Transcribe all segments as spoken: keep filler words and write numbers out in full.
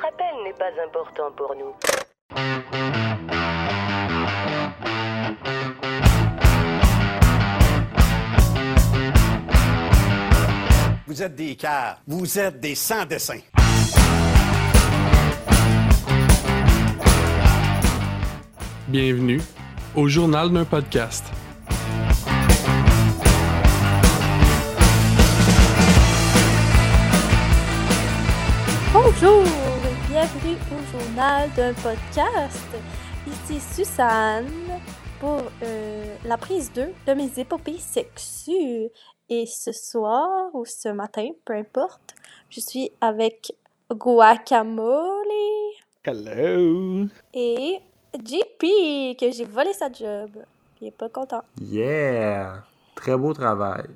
Votre appel n'est pas important pour nous. Vous êtes des caves. Vous êtes des sans-dessins. Bienvenue au journal d'un podcast. Bonjour et bienvenue au journal d'un podcast. Ici Suzanne pour euh, la prise deux de mes épopées sexues. Et ce soir ou ce matin, peu importe, je suis avec Guacamole. Hello! Et J P, que j'ai volé sa job. Il est pas content. Yeah! Très beau travail.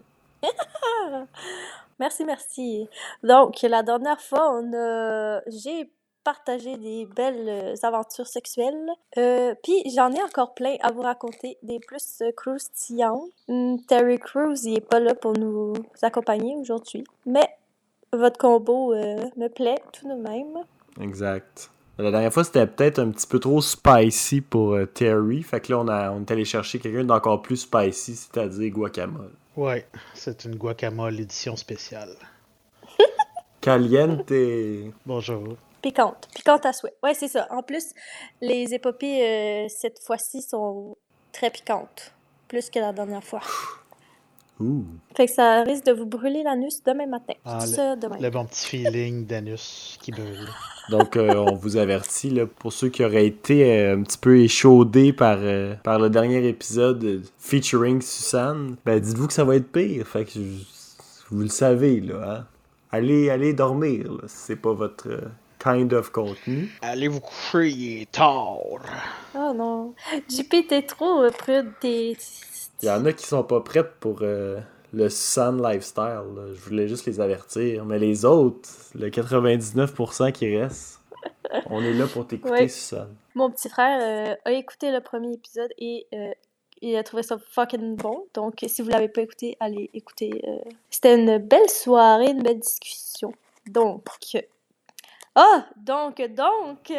Merci, merci. Donc, la dernière fois, on a... j'ai partagé des belles aventures sexuelles. Euh, Puis, j'en ai encore plein à vous raconter, des plus euh, croustillantes. Hum, Terry Crews, il est pas là pour nous accompagner aujourd'hui. Mais votre combo euh, me plaît tout de même. Exact. La dernière fois, c'était peut-être un petit peu trop spicy pour euh, Terry. Fait que là, on, a, on est allé chercher quelqu'un d'encore plus spicy, c'est-à-dire Guacamole. Ouais, c'est une guacamole édition spéciale. Caliente. Bonjour. Piquante. Piquante à souhait. Ouais, c'est ça. En plus, les épopées, euh, cette fois-ci, sont très piquantes. Plus que la dernière fois. Ouh. Fait que ça risque de vous brûler l'anus demain matin. Ah, ça, le, demain. le bon petit feeling d'anus qui brûle. Donc, euh, on vous avertit, là, pour ceux qui auraient été euh, un petit peu échaudés par, euh, par le dernier épisode euh, featuring Suzanne, ben dites-vous que ça va être pire. Fait que je, vous le savez, là. Hein? Allez, allez dormir, là, si c'est pas votre euh, kind of contenu. Allez vous coucher, il est tard. Oh non. J P, t'es trop euh, prude. T'es... Il y en a qui sont pas prêtes pour euh, le Suzanne lifestyle. Là. Je voulais juste les avertir. Mais les autres, le quatre-vingt-dix-neuf pour cent qui restent, on est là pour t'écouter, Ouais. Suzanne. Mon petit frère euh, a écouté le premier épisode et euh, il a trouvé ça fucking bon. Donc, si vous l'avez pas écouté, allez écouter. Euh... C'était une belle soirée, une belle discussion. Donc... Ah! Donc, donc...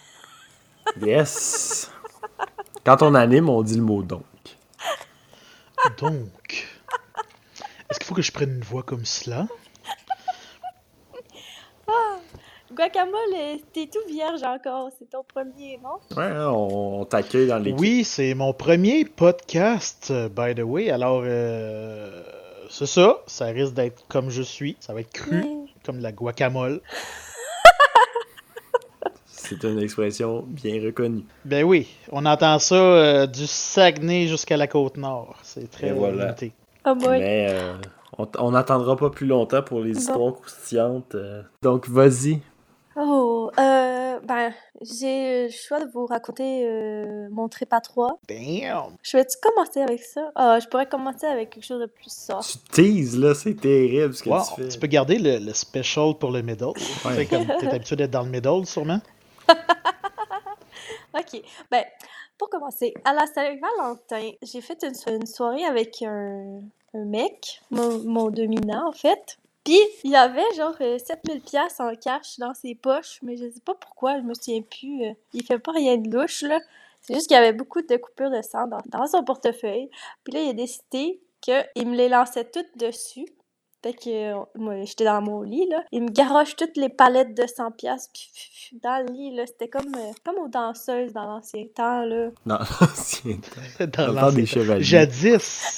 Yes! Quand on anime, on dit le mot donc. Donc, est-ce qu'il faut que je prenne une voix comme cela? Ah! Guacamole, t'es tout vierge encore. C'est ton premier, non? Ouais, hein, on, on t'accueille dans l'équipe. Oui, c'est mon premier podcast, euh, by the way. Alors, euh, c'est ça. Ça risque d'être comme je suis. Ça va être cru, Mm. comme de la guacamole. C'est une expression bien reconnue. Ben oui, on entend ça euh, du Saguenay jusqu'à la Côte-Nord. C'est très Et voilà. limité. Oh boy. Mais euh, on n'attendra pas plus longtemps pour les Bon. histoires croustillantes. euh. Donc, vas-y. Oh, euh, ben, j'ai le choix de vous raconter euh, mon trip à trois. Damn! Je vais-tu commencer avec ça? Ah, je pourrais commencer avec quelque chose de plus soft. Tu teases, là, c'est terrible ce que Wow, tu fais. tu peux garder le, le special pour le middle. Tu sais, comme t'es habitué d'être dans le middle, sûrement. Ok, ben, pour commencer, à la Saint-Valentin, j'ai fait une, une soirée avec un, un mec, mon, mon dominant en fait. Puis, il avait genre euh, sept mille piastres en cash dans ses poches, mais je sais pas pourquoi, je me souviens plus. euh, il fait pas rien de louche, là. C'est juste qu'il y avait beaucoup de coupures de sang dans, dans son portefeuille. Puis là, il a décidé qu'il me les lançait toutes dessus. Fait que, euh, moi, j'étais dans mon lit, là. Il me garoche toutes les palettes de cent piastres puis, puis, puis, dans le lit, là. C'était comme, euh, comme aux danseuses dans l'ancien temps, là. Non, l'ancien temps. Dans On parle l'ancien des temps. chevaliers. Jadis!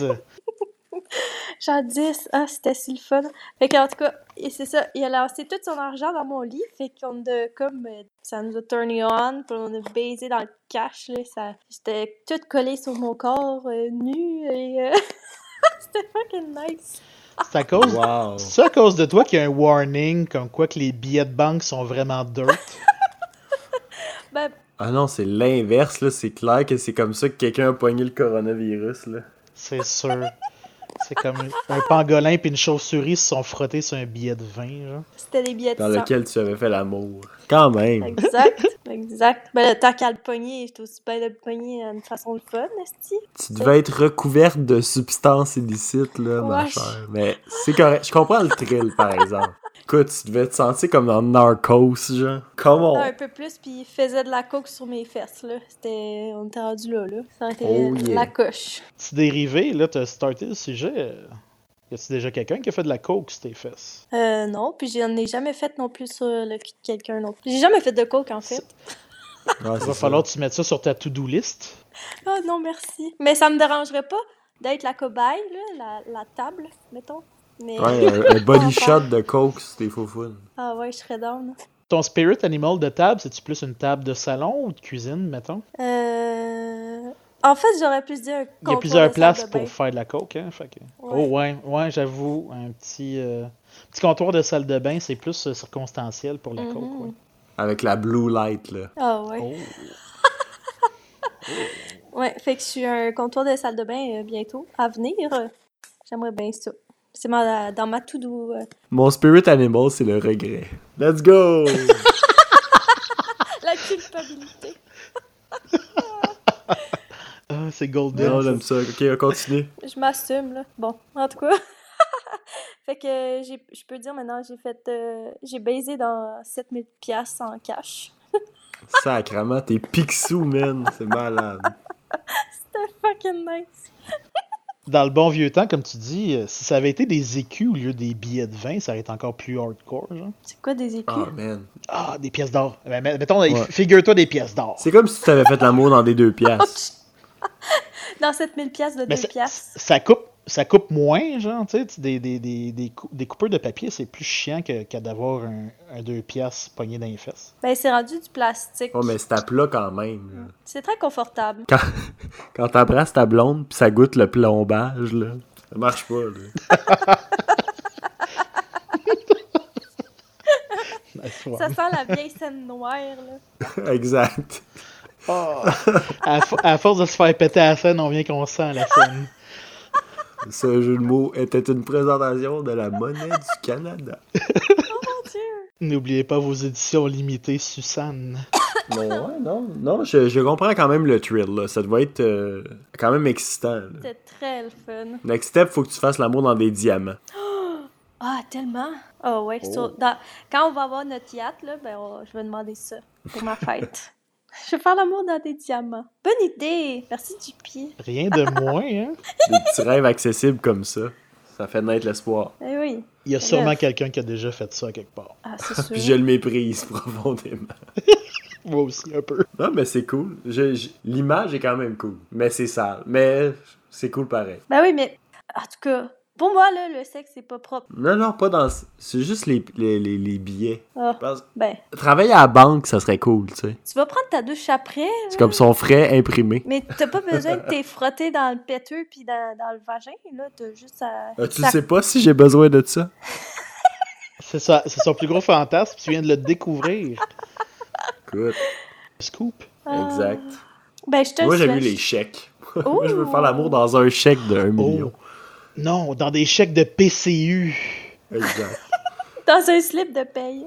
Jadis, ah, c'était si le fun. Fait que, en tout cas, et c'est ça, il a lancé tout son argent dans mon lit. Fait qu'on a comme, euh, ça nous a turné on, puis on a baisé dans le cash, là. Ça, j'étais toute collée sur mon corps, euh, nu, et euh, c'était fucking nice. C'est à cause... Wow. C'est à cause de toi qu'il y a un warning comme quoi que les billets de banque sont vraiment dirt? Ben, Ah non, c'est l'inverse, là. C'est clair que c'est comme ça que quelqu'un a pogné le coronavirus, là. C'est sûr. C'est comme un pangolin puis une chauve-souris se sont frottés sur un billet de vin, genre. c'était des billets de Dans sang. lequel tu avais fait l'amour. Quand même. Exact, exact. Ben là, tant qu'à le pogner, j'étais aussi bien de le pogner d'une façon de fun, esti. Tu devais être recouverte de substances illicites, là, ma Ouais. chère. Mais c'est correct. Je comprends le thrill, par exemple. Écoute, tu devais te sentir comme dans Narcos, genre. Comment? Un peu plus, puis il faisait de la coke sur mes fesses, là. C'était... On était rendu là, là. Ça a été Oh, yeah. la coche. Petit dérivé, là, t'as starté le sujet. euh, Y a-tu déjà quelqu'un qui a fait de la coke sur tes fesses? Euh, non, puis j'en ai jamais fait non plus sur le cul de quelqu'un non plus. J'ai jamais fait de coke, en fait. Ouais, Il c'est va ça. falloir que tu mettes ça sur ta to-do list. Ah non, merci. Mais ça me dérangerait pas d'être la cobaye, là, la, la table, mettons. Mais... Ouais, un, un body Pas shot encore. de coke, c'était faux fun. Ah ouais, je serais down. Ton spirit animal de table, c'est-tu plus une table de salon ou de cuisine, mettons? Euh... En fait, j'aurais plus dit un Il y a comptoir plusieurs de salle places de bain. pour faire de la coke, hein? Fait que... Ouais. Oh ouais, ouais, j'avoue, un petit, euh, petit comptoir de salle de bain, c'est plus euh, circonstanciel pour la Mhm. coke, ouais. Avec la blue light, là. Ah ouais. Oh. Ouais, fait que je suis un comptoir de salle de bain euh, bientôt. À venir, euh, j'aimerais bien ça. C'est ma, dans ma to-do. euh. Mon spirit animal, c'est le regret. Let's go! La culpabilité. Ah, c'est golden. Non, j'aime ça. Ok, on continue. Je m'assume, là. Bon, en tout cas. Fait que euh, j'ai- je peux dire maintenant, j'ai fait... euh, j'ai baisé dans sept mille piastres en cash. Sacrement, t'es pixou, man. C'est malade. C'était fucking nice. Dans le bon vieux temps, comme tu dis, euh, si ça avait été des écus au lieu des billets de vin, ça aurait été encore plus hardcore, genre. C'est quoi des écus? Oh, man. Ah, des pièces d'or. Ben, met- mettons, Ouais. figure-toi des pièces d'or. C'est comme si tu t'avais fait l'amour dans des deux piastres. Dans sept mille piastres de Mais deux ça, piastres. ça coupe, ça coupe moins, genre, tu sais, des, des, des, des, cou- des coupeurs de papier, c'est plus chiant que, qu'à d'avoir un, un deux piastres pogné dans les fesses. Ben, c'est rendu du plastique. Oh, mais c'est à plat quand même. là. C'est très confortable. Quand, quand t'embrasses ta blonde pis ça goûte le plombage, là, ça marche pas, là. Nice one. Ça sent la vieille scène noire, là. Exact. Ah. à, fo- à force de se faire péter à la scène, on vient qu'on sent la scène. Ce jeu de mots était une présentation de la monnaie du Canada. Mon Dieu! N'oubliez pas vos éditions limitées, Suzanne. Non, ouais, non, non, je, je comprends quand même le thrill, là. Ça doit être euh, quand même excitant, là. C'était très le fun. Next step, faut que tu fasses l'amour dans des diamants. Ah, tellement! Ah ouais, Oh. sur- dans- quand on va avoir notre yacht, là, ben, on- je vais demander ça pour ma fête. Je vais faire l'amour dans des diamants. Bonne idée! Merci du pied. Rien de moins, hein? Des petits rêves accessibles comme ça. Ça fait naître l'espoir. Eh oui. Il y a sûrement Bref. quelqu'un qui a déjà fait ça quelque part. Ah, c'est sûr. Puis je le méprise profondément. Moi aussi, un peu. Non, mais c'est cool. Je- je- L'image est quand même cool. Mais c'est sale. Mais c'est cool pareil. Ben oui, mais en tout cas, pour moi, là, le sexe, c'est pas propre. Non, non, pas dans... C'est juste les, les, les, les billets. Ah, Parce- ben, Travailler à la banque, ça serait cool, tu sais. tu vas prendre ta douche après, C'est comme son frais imprimé. mais t'as pas besoin de t'es frotter dans le péteux puis dans, dans le vagin, là. T'as juste à... Euh, tu ça- sais pas si j'ai besoin de ça? C'est ça, c'est son plus gros fantasme, tu viens de le découvrir. Écoute, Scoop. Ah. exact. Ben, je te Moi, le j'aime mieux souhaite. les chèques. Moi, je veux faire l'amour dans un chèque de un million. Non, dans des chèques de P C U. Exact. Dans un slip de paye.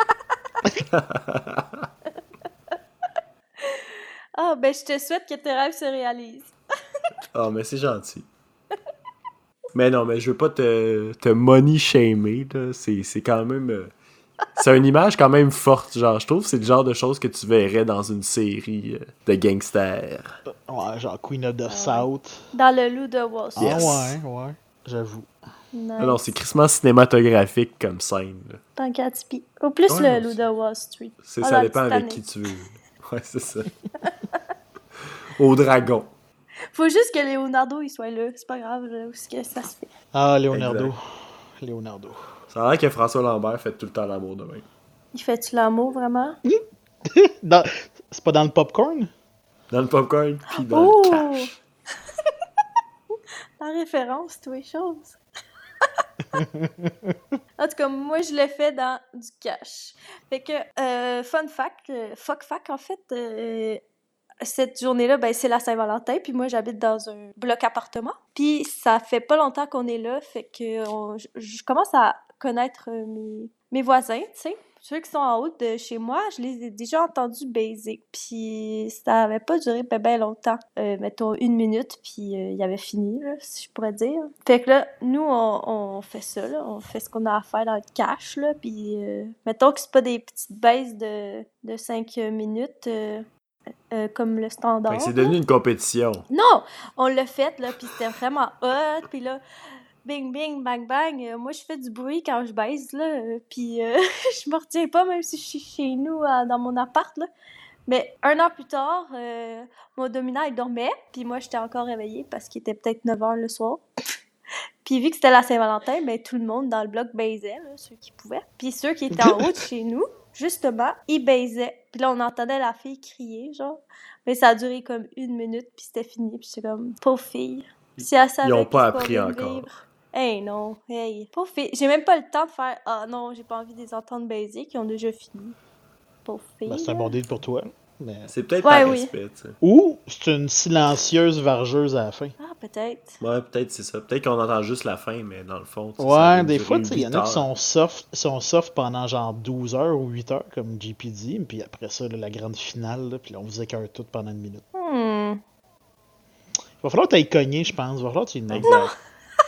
Ah, ben, je te souhaite que tes rêves se réalisent. Ah, mais c'est gentil. Mais non, mais je veux pas te, te money shamer, là. C'est, c'est quand même... euh, c'est une image quand même forte, genre. Je trouve que c'est le genre de choses que tu verrais dans une série euh, de gangsters. Ouais, genre Queen of the South. Dans le loup de Wall Street. Yes. Ah ouais, ouais, j'avoue. Nice. Alors, c'est crissement cinématographique comme scène, là. Dans Gatsby. Au plus, Ouais, le non, loup de Wall Street. C'est, Ah, ça dans dépend avec Titanic. qui tu veux. Ouais, c'est ça. Au dragon. Faut juste que Leonardo, il soit là. C'est pas grave, là, où est-ce que ça se fait. Ah, Leonardo. Exact. Leonardo. Ça a l'air que François Lambert fait tout le temps l'amour de même. Il fait-tu l'amour, vraiment? Dans- C'est pas dans le popcorn? Dans le popcorn, puis dans Oh! le cash. La référence, tous les choses. En tout cas, moi, je l'ai fait dans du cash. Fait que, euh, fun fact, euh, fuck fact, en fait, euh, cette journée-là, ben, c'est la Saint-Valentin, puis moi, j'habite dans un bloc appartement. Puis ça fait pas longtemps qu'on est là, fait que on- je, je commence à connaître euh, mes, mes voisins, tu sais. ceux qui sont en haut de chez moi, je les ai déjà entendus baiser. Puis ça avait pas duré ben, ben longtemps. Euh, mettons une minute, puis euh, il avait fini, là, si je pourrais dire. Fait que là, nous, on, on fait ça, là. On fait ce qu'on a à faire dans le cash, là. Puis euh, mettons que c'est pas des petites baises de, de cinq minutes... Euh, Euh, comme le standard. Fait que c'est devenu une compétition. Non! On l'a fait, là, puis c'était vraiment hot, puis là, bing, bing, bang, bang, euh, moi, je fais du bruit quand je baise, là, euh, puis euh, je me retiens pas, même si je suis chez nous, euh, dans mon appart, là. Mais un an plus tard, euh, mon dominant, il dormait, puis moi, j'étais encore réveillée parce qu'il était peut-être neuf heures le soir. Puis vu que c'était la Saint-Valentin, ben tout le monde dans le bloc baisait, là, ceux qui pouvaient. Puis ceux qui étaient en haut de chez nous, justement, ils baisaient. Puis là, on entendait la fille crier, genre. Mais ça a duré comme une minute, puis c'était fini. Puis j'étais comme, pauvre fille. Si elle savait Ils ont que pas c'est appris bien de encore. vivre. Hey, non, hey. Pauvre fille. J'ai même pas le temps de faire, ah non, j'ai pas envie de les entendre baiser, qui ont déjà fini. Pauvre fille. Ben, c'est un là. bon deal pour toi. Mais... C'est peut-être Ouais, par oui. respect, tu sais. Ou c'est une silencieuse vargeuse à la fin. Ah, peut-être. Ouais, peut-être c'est ça. Peut-être qu'on entend juste la fin, mais dans le fond, tu sais, ça Ouais, va des durer fois, tu sais, il y en a huit qui heures. sont soft, sont soft pendant genre douze heures ou huit heures, comme G P D, puis après ça, là, la grande finale, là, puis là, on vous écœure tout pendant une minute. Hmm. Il va falloir que tu ailles cogner, je pense. Il va falloir que tu y demandes. Exact.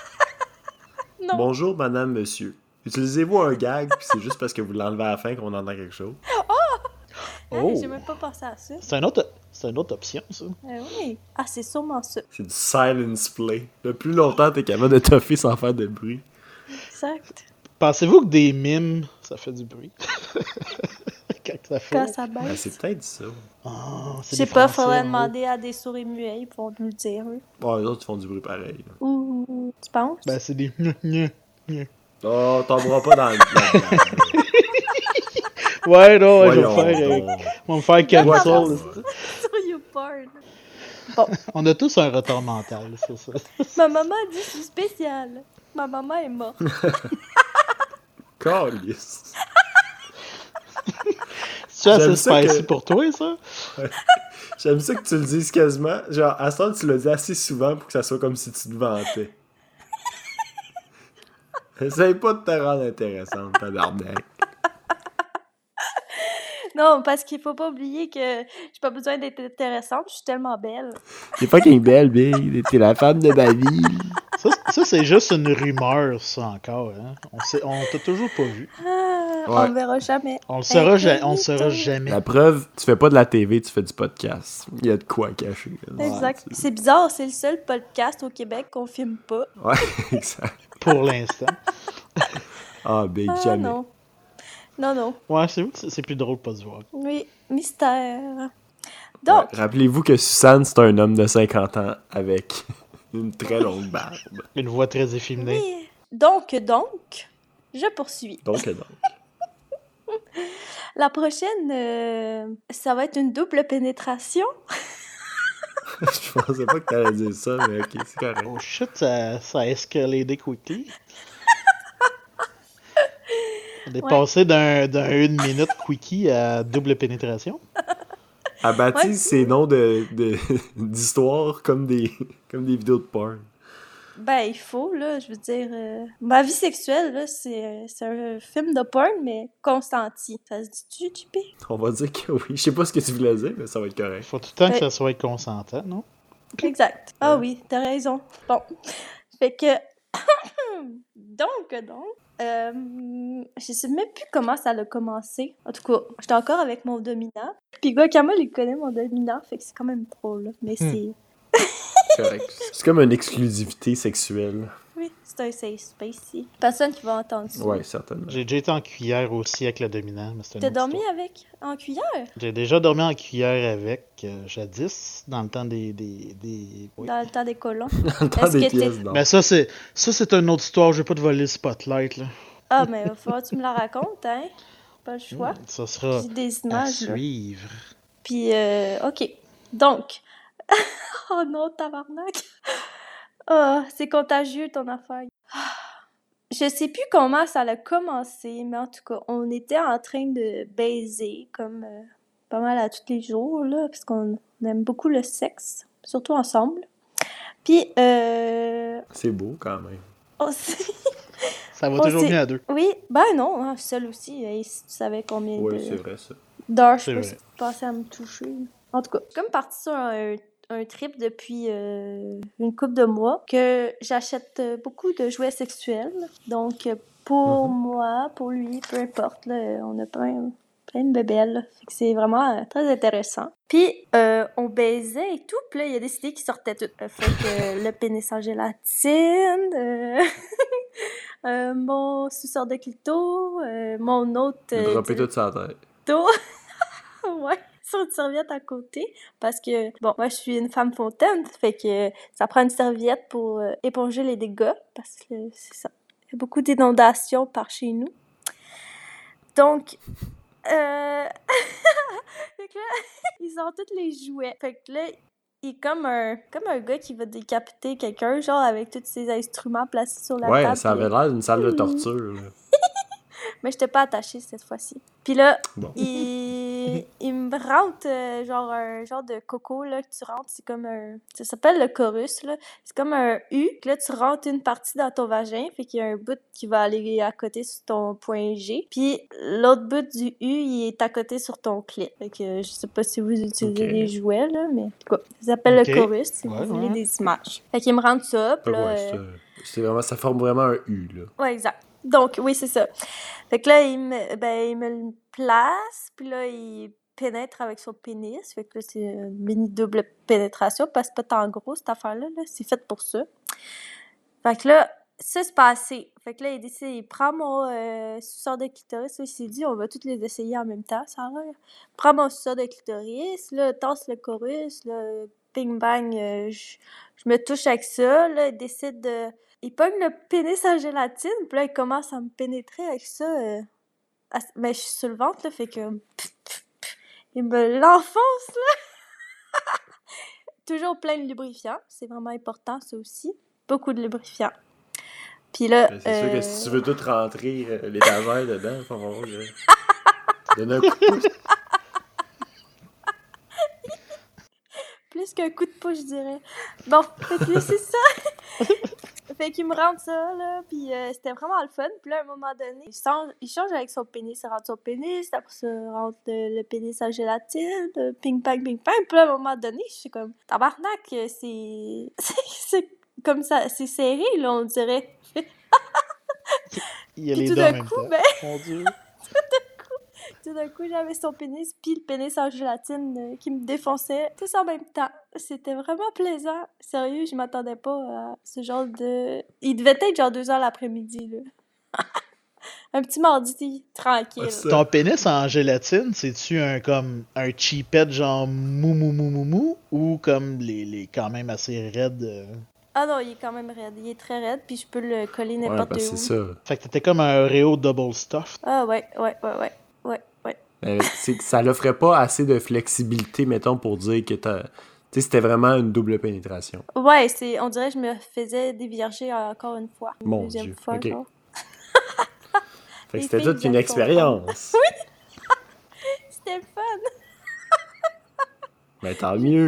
Non. Bonjour, madame, monsieur. Utilisez-vous un gag, puis c'est juste parce que vous l'enlevez à la fin qu'on entend quelque chose. Hey, Oh! j'ai même pas pensé à ça. C'est une autre, c'est une autre option, ça. Eh oui. Ah, c'est sûrement ça. C'est du silence play. Le plus longtemps t'es capable de toffer sans faire de bruit. Exact. Pensez-vous que des mimes, ça fait du bruit? Quand ça fait. Quand ça Ben, baisse. c'est peut-être ça. Ah, Je c'est sais des pas, Français, faudrait en demander à des souris muets, ils pourront nous le dire, eux. Ouais, les autres, ils font du bruit pareil. là. Ouh, tu penses? haut. Ben, c'est des. gna, gna, gna. Oh, t'en pas dans le plan. Ouais, non, ouais, je vais me Voyons faire, euh, donc. on va me faire cancel. Voyons. Sur YouPorn. On a tous un retard mental, c'est ça. Ma maman dit que je suis spéciale. Ma maman est morte. Calisse. C'est assez J'aime ça spicy que- pour toi, ça? J'aime ça que tu le dises quasiment. Genre, à ce temps, tu le dis assez souvent pour que ça soit comme si tu te vantais. Essaye pas de te rendre intéressante, tabarnak. Non, parce qu'il faut pas oublier que j'ai pas besoin d'être intéressante, je suis tellement belle. T'es fucking belle, Big. T'es la femme de ma vie. Ça, ça, c'est juste une rumeur, ça, encore. Hein? On sait, on t'a toujours pas vu. Ah, Ouais. on le verra jamais. On le saura, ja- on le Incognito. saura jamais. La preuve, tu fais pas de la T V, tu fais du podcast. Il y a de quoi cacher. là. Exact. Ouais, C'est bizarre, c'est le seul podcast au Québec qu'on filme pas. tu- Ouais, exact. Pour l'instant. Ah, Big, Ah jamais. non. Non, non. Ouais, c'est vrai que c'est- c'est plus drôle de pas se voir. Oui, mystère. Donc, Ouais, rappelez-vous que Suzanne, c'est un homme de cinquante ans avec une très longue barbe. Une voix très efféminée. oui. Donc, donc, je poursuis. Donc, non. La prochaine, euh, ça va être une double pénétration. Je pensais pas que t'allais dire ça, mais ok, c'est correct. Oh shit, ça, ça a escaladé quickly. On est Ouais. passé d'un, d'un une minute quickie à double pénétration. Elle baptise Ouais. ses noms de, de, d'histoires comme des, comme des vidéos de porn. Ben, il faut, là, je veux dire... euh, Ma vie sexuelle, là, c'est, euh, c'est un film de porn, mais consenti. Ça se dit-tu, J P? On va dire que oui. Je sais pas ce que tu voulais dire, mais ça va être Il correct. faut tout le temps que Ouais. ça soit consentant, non? Exact. Ah oui, t'as raison. Bon. Fait que... donc, donc... Euh, je sais même plus comment ça a commencé. En tout cas, j'étais encore avec mon dominant. Puis Guacamole, il connaît mon dominant, fait que c'est quand même drôle, là. Mais c'est... C'est correct. C'est comme une exclusivité sexuelle. Oui, c'est un safe space ici. Personne qui va entendre ça. Ouais, certainement. J'ai déjà été en cuillère aussi avec le dominant, mais c'est une T'as autre dormi histoire. avec en cuillère? J'ai déjà dormi en cuillère avec euh, jadis, dans le temps des... des, des... oui. Dans le temps des colons. Dans le temps Est-ce des que t'es- pièces d'or. Mais ça, c'est ça c'est une autre histoire. Je vais pas te voler le spotlight, là. Ah, mais il va falloir que tu me la racontes, hein? Pas le choix. Ça sera J'ai des à images, là. suivre. Puis, euh, OK. Donc. Oh non, tabarnak. Ah, c'est contagieux, ton affaire. Ah, je sais plus comment ça a commencé, mais en tout cas, on était en train de baiser, comme euh, pas mal à tous les jours, là, parce qu'on on aime beaucoup le sexe, surtout ensemble. Puis, euh, C'est beau quand même. on s'est... Ça va Oh, toujours c'est- mieux à deux. Oui, ben non, hein, seul aussi. Hey, si tu savais combien Oui, de... c'est vrai, ça. d'heures je C'est peux vrai. passer à me toucher. En tout cas, je suis comme partie sur un, un trip depuis euh, une couple de mois que j'achète euh, beaucoup de jouets sexuels. Donc, euh, pour Mhm. moi, pour lui, peu importe, là, on a plein, plein de bébelles. Là. Fait que c'est vraiment euh, très intéressant. Puis, euh, on baisait et tout. Puis là, il a décidé qu'il sortait tout. Euh, fait que euh, le pénis en gélatine, euh, euh, mon suceur de clito, euh, mon autre... J'ai euh, droppé dildo. tout ça à terre. Ouais, sur une serviette à côté. Parce que, bon, moi, je suis une femme fontaine, fait que ça prend une serviette pour euh, éponger les dégâts, parce que c'est ça. Il y a beaucoup d'inondations par chez nous. Donc, euh... fait que là, ils ont tous les jouets. Fait que là, il est comme un, comme un gars qui va décapiter quelqu'un, genre avec tous ses instruments placés sur la Ouais, table. ça puis avait là- l'air d'une salle de Hmm. torture. Là. Mais j'étais pas attachée cette fois-ci. Puis là, Bon. il, il me rentre euh, genre un genre de coco là que tu rentres, c'est comme un... Ça s'appelle le chorus, là. C'est comme un U, que là tu rentres une partie dans ton vagin, fait qu'il y a un bout qui va aller à côté sur ton point G, puis l'autre bout du U, il est à côté sur ton clit. Fait que euh, je sais pas si vous utilisez Ok. des jouets, là, mais en tout cas, ça s'appelle Ok. le chorus, si Ouais, vous voulez ouais. des images. Fait qu'il me rentre ça, puis Ouais, là... c'est, euh, c'est vraiment, ça forme vraiment un U, là. Ouais, exact. Donc, oui, c'est ça. Fait que là, il me, ben, il me le place, puis là, il pénètre avec son pénis. Fait que là, c'est une mini double pénétration, parce que c'est pas tant gros, cette affaire-là, là. C'est fait pour ça. Fait que là, ça, c'est passé. Fait que là, il décide, il prend mon euh, suceur de clitoris. Là, il s'est dit, on va tous les essayer en même temps, ça a l'air. Prends mon suceur de clitoris, là, tasse le chorus, là, ping bang, euh, je je me touche avec ça, là, il décide de... Il pogne le pénis en gélatine, puis là, il commence à me pénétrer avec ça. Euh, à- Mais je suis sur le ventre, là, fait que... pff, pff, pff, il me l'enfonce, là! Toujours plein de lubrifiant. C'est vraiment important, ça aussi. Beaucoup de lubrifiant. Puis là... Ben, c'est sûr que euh, si tu veux tout rentrer euh, l'étagère dedans, il faut avoir... Euh, donner un coup de pouce. Plus qu'un coup de pouce, je dirais. Bon, fait que là, c'est ça. Fait qu'il me rentre ça, là, puis euh, c'était vraiment le fun. Puis là, à un moment donné, il change, il change avec son pénis, il rentre son pénis, après ça, il rentre euh, le pénis en gélatine, euh, ping-pong, ping-pong. Puis là, à un moment donné, je suis comme, tabarnak, euh, c'est... c'est c'est comme ça, c'est serré, là, on dirait. Il y a Puis les tout deux en d'un même coup, temps. ben, Mon Dieu. tout d'un coup, j'avais son pénis, puis le pénis en gélatine euh, qui me défonçait, tous en même temps. C'était vraiment plaisant. Sérieux, je m'attendais pas à ce genre de... Il devait être genre deux heures l'après-midi, là. Un petit mardi tranquille. Ah, ça. Ton pénis en gélatine, c'est-tu un comme un cheapette genre mou mou mou mou mou ou comme les, les quand même assez raides euh? Ah non, il est quand même raide. Il est très raide, puis je peux le coller Ouais, n'importe parce que où. c'est ça. Fait que t'étais comme un Oreo double stuffed. Ah ouais, ouais, ouais, ouais. Ouais, ouais. Ben, c'est que ça l'offrait pas assez de flexibilité, mettons, pour dire que t'as... Tu sais, c'était vraiment une double pénétration. Ouais, c'est... On dirait que je me faisais dévierger encore une fois. Une Mon deuxième Dieu, fois, ok. genre. Fait que Les c'était filles toute une viennent expérience. C'était le fun! Ben tant mieux.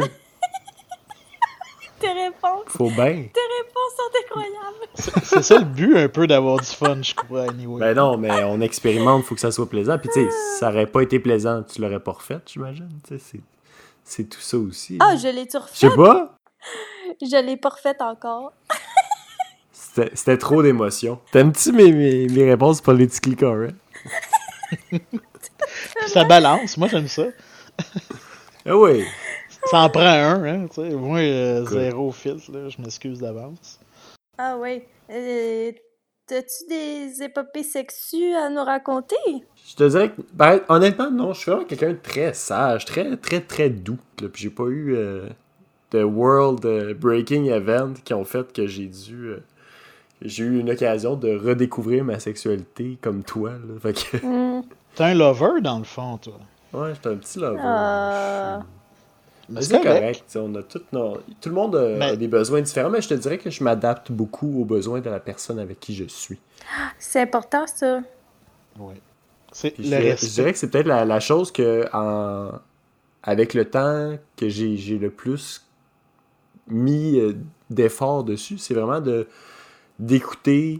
Tes réponses, Faut bien. tes réponses sont incroyables! C'est c'est ça le but un peu d'avoir du fun, je crois, anyway. Ben non, mais on expérimente, faut que ça soit plaisant. Puis tu sais, si ça aurait pas été plaisant, tu l'aurais pas refait, j'imagine. Tu sais, c'est... c'est tout ça aussi. Ah, là. je l'ai-tu Je sais refait? pas. Je l'ai pas refaite encore. C'était, c'était trop d'émotions. T'aimes-tu mes, mes, mes réponses politically correct? Puis ça balance, moi j'aime ça. Ah oui. Ça en prend un, hein, tu sais. Moi, euh, Good. zéro filtre, là, je m'excuse d'avance. Ah ouais. Euh, t'as-tu des épopées sexues à nous raconter? Je te dirais que, ben, honnêtement, non, je suis vraiment quelqu'un de très sage, très, très, très doux. Là, puis j'ai pas eu euh, de world euh, breaking event qui ont fait que j'ai dû... euh, j'ai eu une occasion de redécouvrir ma sexualité comme toi. Là. Fait que, Hmm. T'es un lover, dans le fond, toi. ouais, j'étais un petit lover. Ah. Je suis- Mais Mais c'est c'est correct. correct. t'sais, On a tout, nos- tout le monde a, Mais- a des besoins différents, mais je te dirais que je m'adapte beaucoup aux besoins de la personne avec qui je suis. C'est important, ça. Ouais. C'est Puis le je, dirais, respect. je dirais que c'est peut-être la, la chose que, en, avec le temps, que j'ai, j'ai le plus mis euh, d'efforts dessus. C'est vraiment de d'écouter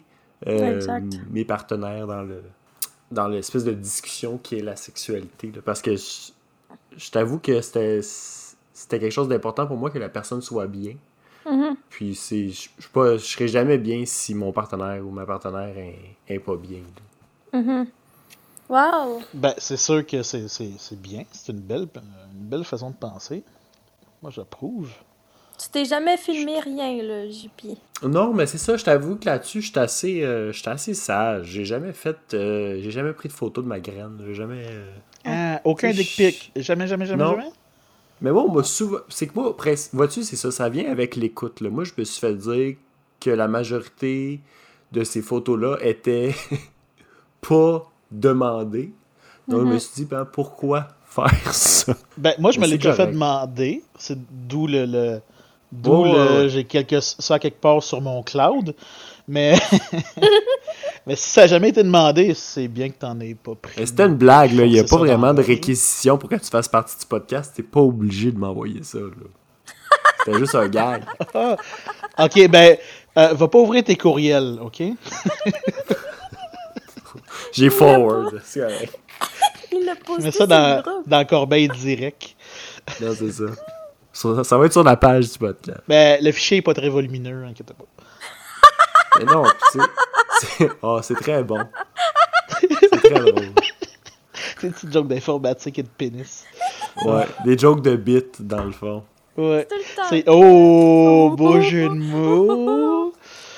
euh, Exact. mes partenaires dans le dans l'espèce de discussion qui est la sexualité. Là. Parce que je, je t'avoue que c'était, c'était quelque chose d'important pour moi que la personne soit bien. Mhm. Puis c'est, je je pas, je serais jamais bien si mon partenaire ou ma partenaire est, est pas bien. là. Mhm. Wow! Ben, c'est sûr que c'est, c'est, c'est bien. C'est une belle, une belle façon de penser. Moi, j'approuve. Tu t'es jamais filmé rien, là, J P. Non, mais c'est ça, je t'avoue que là-dessus, j'étais assez, euh, j'étais assez sage. J'ai jamais fait, euh, j'ai jamais pris de photo de ma graine. J'ai jamais... euh, Ah, aucun Tu sais, dick pic. Jamais, jamais, jamais, Non. jamais? Mais moi, on m'a souvent... C'est que moi, presque... vois-tu, c'est ça, ça vient avec l'écoute. Là. Moi, je me suis fait dire que la majorité de ces photos-là étaient pas demandées. Donc, je me suis dit, ben, pourquoi faire ça? Ben, moi, je me Mais l'ai c'est déjà fait correct. demander. C'est d'où le... le... D'où Ouais, ouais, le... ouais. j'ai quelque... ça quelque part sur mon cloud. Mais... Mais si ça n'a jamais été demandé, c'est bien que t'en aies pas pris. Mais c'était une blague, là. Il n'y a Forcer pas ça dans vraiment la de gorge. réquisition pour que tu fasses partie du podcast. T'es pas obligé de m'envoyer ça, là. C'était juste un gag. Ok, ben, euh, va pas ouvrir tes courriels, ok? J'ai forward. C'est correct. Il l'a posté Mets ça sur dans, le groupe. dans Corbeil direct. Non, c'est ça. Ça. Ça va être sur la page du podcast. Ben, le fichier est pas très volumineux, inquiète pas. Mais non, c'est... C'est, oh, c'est très bon. C'est très drôle. C'est une petite joke d'informatique et de pénis. Ouais, des jokes de bits, dans le fond. Ouais. Tout le temps. C'est... Oh, beau jeu de mots!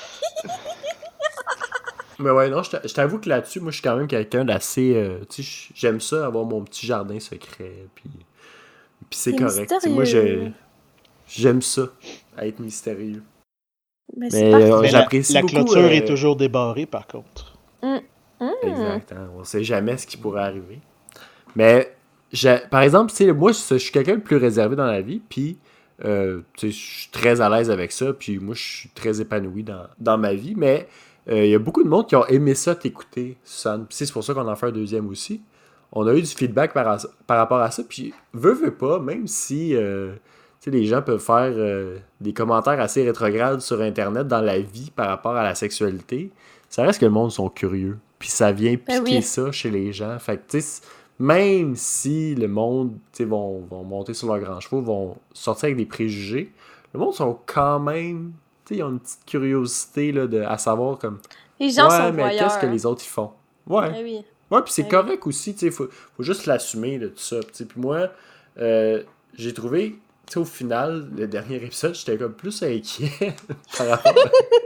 Mais ouais, non, je t'a- je t'avoue que là-dessus, moi, je suis quand même quelqu'un d'assez... euh, tu sais, j'aime ça, avoir mon petit jardin secret, puis... Puis c'est C'est correct. Tu sais, moi, je... mystérieux. J'aime ça, être mystérieux. Mais c'est Mais, parfait. euh, Mais la, j'apprécie la beaucoup, clôture euh, est toujours débarrée, par contre. Hmm. Exact, hein, on sait jamais ce qui pourrait arriver. Mais, j'ai- par exemple, tu sais, moi, je je suis quelqu'un de plus réservé dans la vie, puis, euh, tu sais, je suis très à l'aise avec ça, puis moi, je suis très épanoui dans, dans ma vie, mais il y a beaucoup de monde qui ont aimé ça t'écouter, Suzanne. Puis c'est pour ça qu'on en fait un deuxième aussi. On a eu du feedback par, par rapport à ça, puis veux, veux pas, même si... euh, tu sais, les gens peuvent faire euh, des commentaires assez rétrogrades sur Internet dans la vie par rapport à la sexualité. Ça reste que le monde sont curieux. Puis ça vient piquer Ben oui. ça chez les gens. Fait que, tu sais, même si le monde, tu sais, vont, vont monter sur leurs grands chevaux, vont sortir avec des préjugés, le monde sont quand même, tu sais, ils ont une petite curiosité là, de, à savoir comme, Les gens ouais, sont mais voyeurs. qu'est-ce que les autres ils font? Ouais. Ah oui. Ouais, puis c'est Ouais. correct aussi, tu sais, faut, faut juste l'assumer de tout ça. tu sais. Puis moi, euh, j'ai trouvé, tu sais, au final, le dernier épisode, j'étais comme plus inquiet par rapport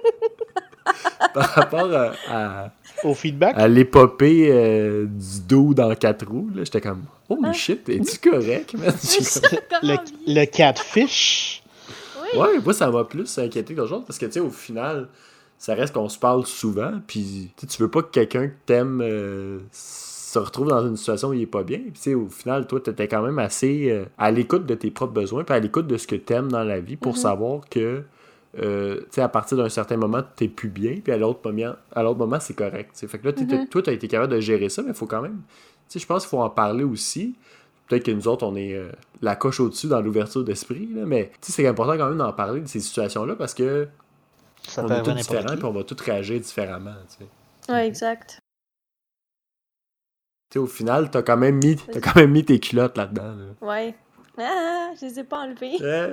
à, par rapport à, à, Au feedback? à l'épopée euh, du dos dans quatre roues. Là. J'étais comme, oh Ah. shit, es-tu correct, man? J'ai comme- Le, Comment vivre? le catfish? Oui. Ouais, moi, ça m'a plus inquiété que d'autres choses parce que, tu sais, au final, ça reste qu'on se parle souvent, puis tu sais, tu veux pas que quelqu'un que t'aimes euh, se retrouve dans une situation où il est pas bien. Puis, tu sais, au final, toi, t'étais quand même assez euh, à l'écoute de tes propres besoins, puis à l'écoute de ce que t'aimes dans la vie pour Mhm. savoir que, euh, tu sais, à partir d'un certain moment, t'es plus bien, puis à l'autre moment, à l'autre moment c'est correct. tu sais. Fait que là, t'étais- Mhm. toi, t'as été capable de gérer ça, mais il faut quand même, tu sais, je pense qu'il faut en parler aussi. Peut-être que nous autres, on est euh, la coche au-dessus dans l'ouverture d'esprit, là, mais tu sais, c'est important quand même d'en parler de ces situations-là parce que Ça on peut est tous arriver à n'importe différents qui. puis on va tous réagir différemment. Tu sais. Ouais, exact. Tu sais, au final, t'as quand même mis, t'as quand même mis tes culottes là-dedans. Là. Ouais. Ah, je les ai pas enlevés. Ouais.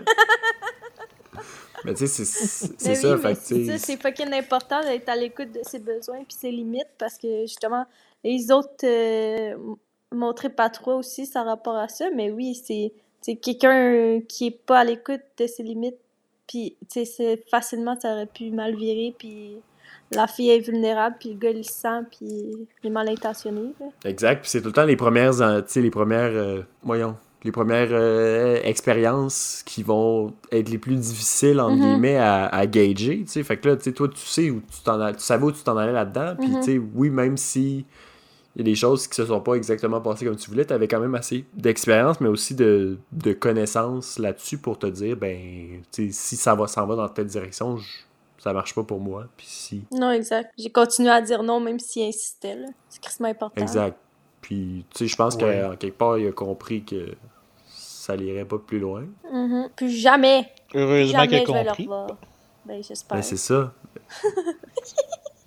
Mais tu sais, c'est, c'est Mais oui, ça. mais Fait que, c'est tu ça, sais, c'est fucking important d'être à l'écoute de ses besoins puis ses limites parce que justement, les autres euh, m- montraient pas trop aussi par rapport à ça, mais oui, c'est c'est quelqu'un qui est pas à l'écoute de ses limites puis tu sais, c'est facilement ça aurait pu mal virer puis la fille est vulnérable puis le gars il le sent puis il est mal intentionné. Là. exact. Puis c'est tout le temps les premières, euh, tu sais, les premières, euh, voyons, les premières euh, expériences qui vont être les plus difficiles, entre Mhm. guillemets, à, à gager, tu sais. Fait que là, tu sais, toi, tu sais où tu t'en as, tu savais où tu t'en allais là-dedans, puis Mhm. tu sais, oui, même si il y a des choses qui se sont pas exactement passées comme tu voulais, t'avais quand même assez d'expérience, mais aussi de, de connaissances là-dessus pour te dire, ben, tu sais, si ça va, s'en va dans telle direction, je- ça marche pas pour moi, puis si... Non, exact. J'ai continué à dire non même s'il insistait là. C'est crissement important. Exact. Puis, tu sais, je pense Ouais. qu'en quelque part, il a compris que ça l'irait pas plus loin. Mhm. Plus jamais, Heureusement qu'il jamais a je vais le compris. revoir. Ben, j'espère. Ben, c'est ça.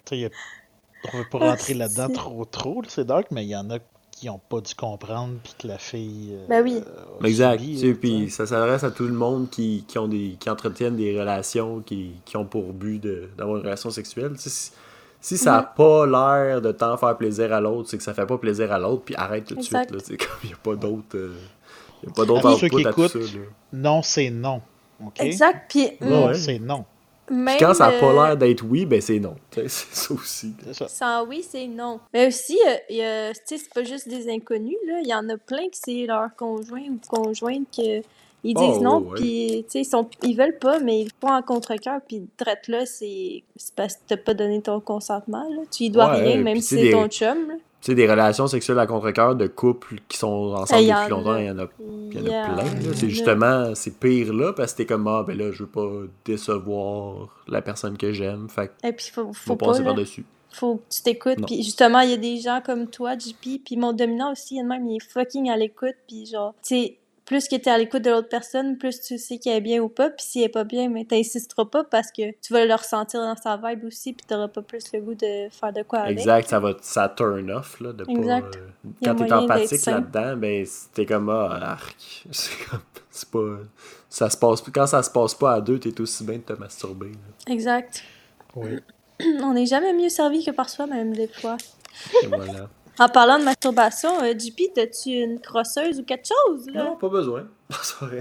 Tu sais, on veut pas rentrer Ah, là-dedans c'est- trop trop, là, c'est dark, mais il y en a qui ont pas dû comprendre puis que la fille euh, Ben oui. a Exact. subi, Tu sais, là, puis tu sais. ça s'adresse à tout le monde qui, qui, ont des, qui entretiennent des relations qui, qui ont pour but de- d'avoir une relation sexuelle. Tu sais, si, si ça n'a pas l'air de tant faire plaisir à l'autre, c'est que ça fait pas plaisir à l'autre, puis arrête tout de Exact. suite. Là, tu sais, comme il n'y a pas d'autre euh, y a pas d'autre À ceux qui output à tout écoutent, ça. Là. non, c'est non. OK? Exact. Puis Non, Ouais. c'est non. Puis même. quand ça n'a pas euh, l'air d'être oui, ben c'est non. Tu sais, c'est ça aussi. C'est ça. Sans oui, c'est non. Mais aussi, euh, il y a- tu sais, c'est pas juste des inconnus, là. Il y en a plein que c'est leur conjoint ou conjointe que ils disent Oh, non, ouais, ouais. puis tu sais, ils, sont- ils veulent pas, mais ils font en contre-cœur, puis drette là, c'est c'est parce que t'as pas donné ton consentement, là. Tu y dois Ouais, rien, puis même tu si sais, c'est des- ton chum, là. Tu sais, des relations sexuelles à contre-cœur de couples qui sont ensemble Eh, y en depuis longtemps, a. il y en a, il y en a Il y en plein. là. a. C'est justement, c'est pire là, parce que t'es comme, ah, ben là, je veux pas décevoir la personne que j'aime, fait que Et puis, faut, je faut vais pas, passer là. par-dessus. Faut que tu t'écoutes. Non. Puis justement, il y a des gens comme toi, J P, puis mon dominant aussi, il y a de même, il est fucking à l'écoute. Puis genre, tu sais, plus que t'es à l'écoute de l'autre personne, plus tu sais qu'elle est bien ou pas. Puis si elle est pas bien, mais t'insisteras pas parce que tu vas le ressentir dans sa vibe aussi, puis t'auras pas plus le goût de faire de quoi avec. Exact, ça va, ça turn off, là, de pas... Exact. euh, Il y a quand t'es moyen d'être empathique sain. là-dedans, ben, t'es comme, ah, arc. C'est comme, c'est pas... Ça se passe, quand ça se passe pas à deux, t'es aussi bien de te masturber. là. Exact. Oui. On n'est jamais mieux servi que par soi-même, des fois. Et voilà. En parlant de masturbation, euh, J P, t'as-tu une crosseuse ou quelque chose, là? Non, pas besoin. C'est vrai.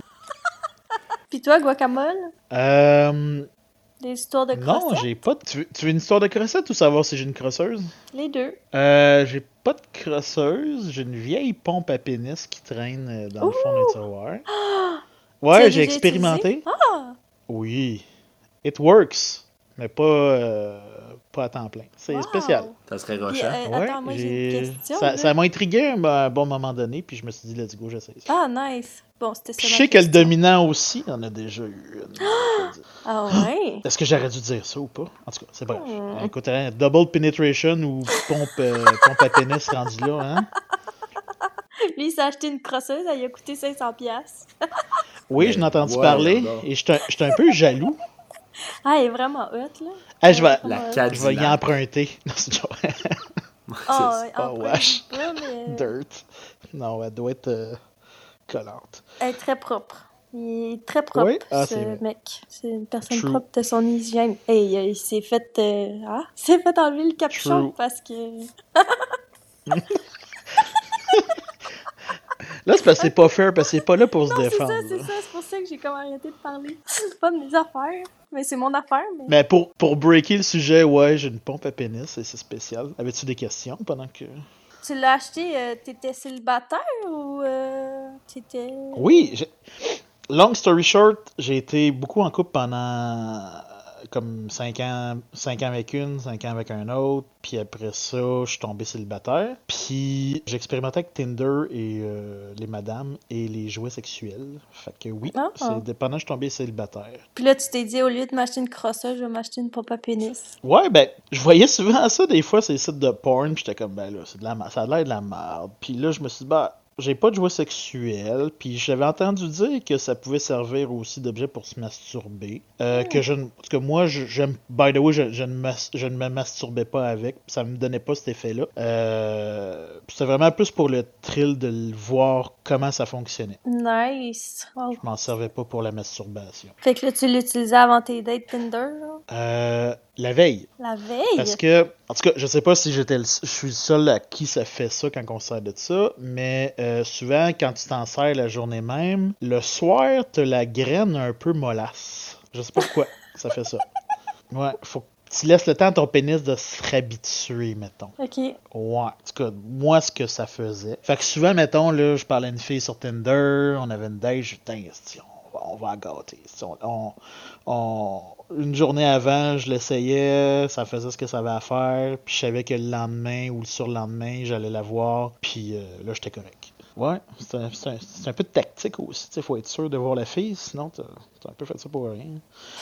Puis toi, Guacamole? Euh, Des histoires de non, crossettes? j'ai pas de... Tu veux, tu veux une histoire de crossette ou savoir si j'ai une crosseuse? Les deux. Euh, j'ai pas de crosseuse, j'ai une vieille pompe à pénis qui traîne euh, dans le fond d'un tiroir. Tu l'as Ouais, j'ai déjà expérimenté. utilisé? Ah! Oui. It works, mais pas, euh, pas à temps plein. C'est Wow! spécial. Ça serait Puis, rochant. euh, attends, moi j'ai une question. Ça, là. ça m'a intrigué à un bon moment donné, puis je me suis dit, let's go, j'essaie ça. Ah, nice. Bon, c'était ça. Puis je ma sais que le question. dominant aussi en a déjà eu une. je veux dire. Ah ouais? Est-ce que j'aurais dû dire ça ou pas? En tout cas, c'est bref. Hmm. Écoute, hein, double penetration ou pompe, euh, pompe à pénis rendu là, hein? Lui, il s'est acheté une crosseuse, elle lui a coûté cinq cents piastres. Oui, Mais je l'ai entendu ouais, parler non. et j'étais un- j'étais un peu jaloux. Ah, elle est vraiment hot, là. Ah, je vais, La Ouais. Cadillac. je vais y emprunter. Non, c'est une joke. Ah, C'est- pas en wesh. pas, mais... Dirt. Non, elle doit être euh, collante. Elle est très propre. Il est très propre, Oui? Ah, c'est ce vrai. mec. C'est une personne True. propre de son hygiène. Hey, il s'est fait... euh, Ah, il s'est fait enlever le capuchon True. parce que... Là, c'est parce que c'est pas fair, parce que c'est pas là pour se Non, c'est défendre. ça, c'est là. ça. C'est pour ça que j'ai comme arrêté de parler. C'est pas de mes affaires. Mais c'est mon affaire, mais... Mais pour, pour breaker le sujet, ouais, j'ai une pompe à pénis et c'est spécial. Avais-tu des questions pendant que... Tu l'as acheté, euh, t'étais célibataire ou euh, t'étais... Oui, j'ai- long story short, j'ai été beaucoup en couple pendant euh, comme cinq ans, cinq ans avec une, cinq ans avec un autre, puis après ça, je suis tombé célibataire. Puis j'ai expérimenté avec Tinder et euh, les madames et les jouets sexuels. Fait que oui, Ah. c'est dépendant, je suis tombé célibataire. Puis là, tu t'es dit, au lieu de m'acheter une crosseuse, je vais m'acheter une pompe à pénis. Ouais, ben, je voyais souvent ça des fois, ces sites de porn, puis j'étais comme, ben là, c'est de la ma- ça a l'air de la merde. Puis là, je me suis dit, bah, j'ai pas de jouets sexuels, puis j'avais entendu dire que ça pouvait servir aussi d'objet pour se masturber. Euh, Que je ne. Parce que moi, je- j'aime. By the way, je, je ne mas- je ne me masturbais pas avec, ça me donnait pas cet effet-là. Euh, C'était vraiment plus pour le thrill de le voir comment ça fonctionnait. Nice. Wow. Je m'en servais pas pour la masturbation. Fait que là, tu l'utilisais avant tes dates Tinder, là? Euh, la veille. La veille? Parce que, en tout cas, je sais pas si j'étais le- je suis le seul à qui ça fait ça quand on sert de ça, mais euh, souvent, quand tu t'en sers la journée même, le soir, t'as la graine un peu mollasse. Je sais pas pourquoi ça fait ça. Ouais, faut que tu laisses le temps à ton pénis de se réhabituer, mettons. OK. Ouais, en tout cas, moi, ce que ça faisait. Fait que souvent, mettons, là, je parlais à une fille sur Tinder, on avait une date, je disais, esti, on va, on va la gâter. esti, On, on, on- Une journée avant, je l'essayais, ça faisait ce que ça avait à faire, puis je savais que le lendemain ou le surlendemain, j'allais la voir, puis euh, là, j'étais correct. Ouais, c'est un, c'est un- c'est un peu de tactique aussi, il faut être sûr de voir la fille, sinon t'as t'as un peu fait ça pour rien.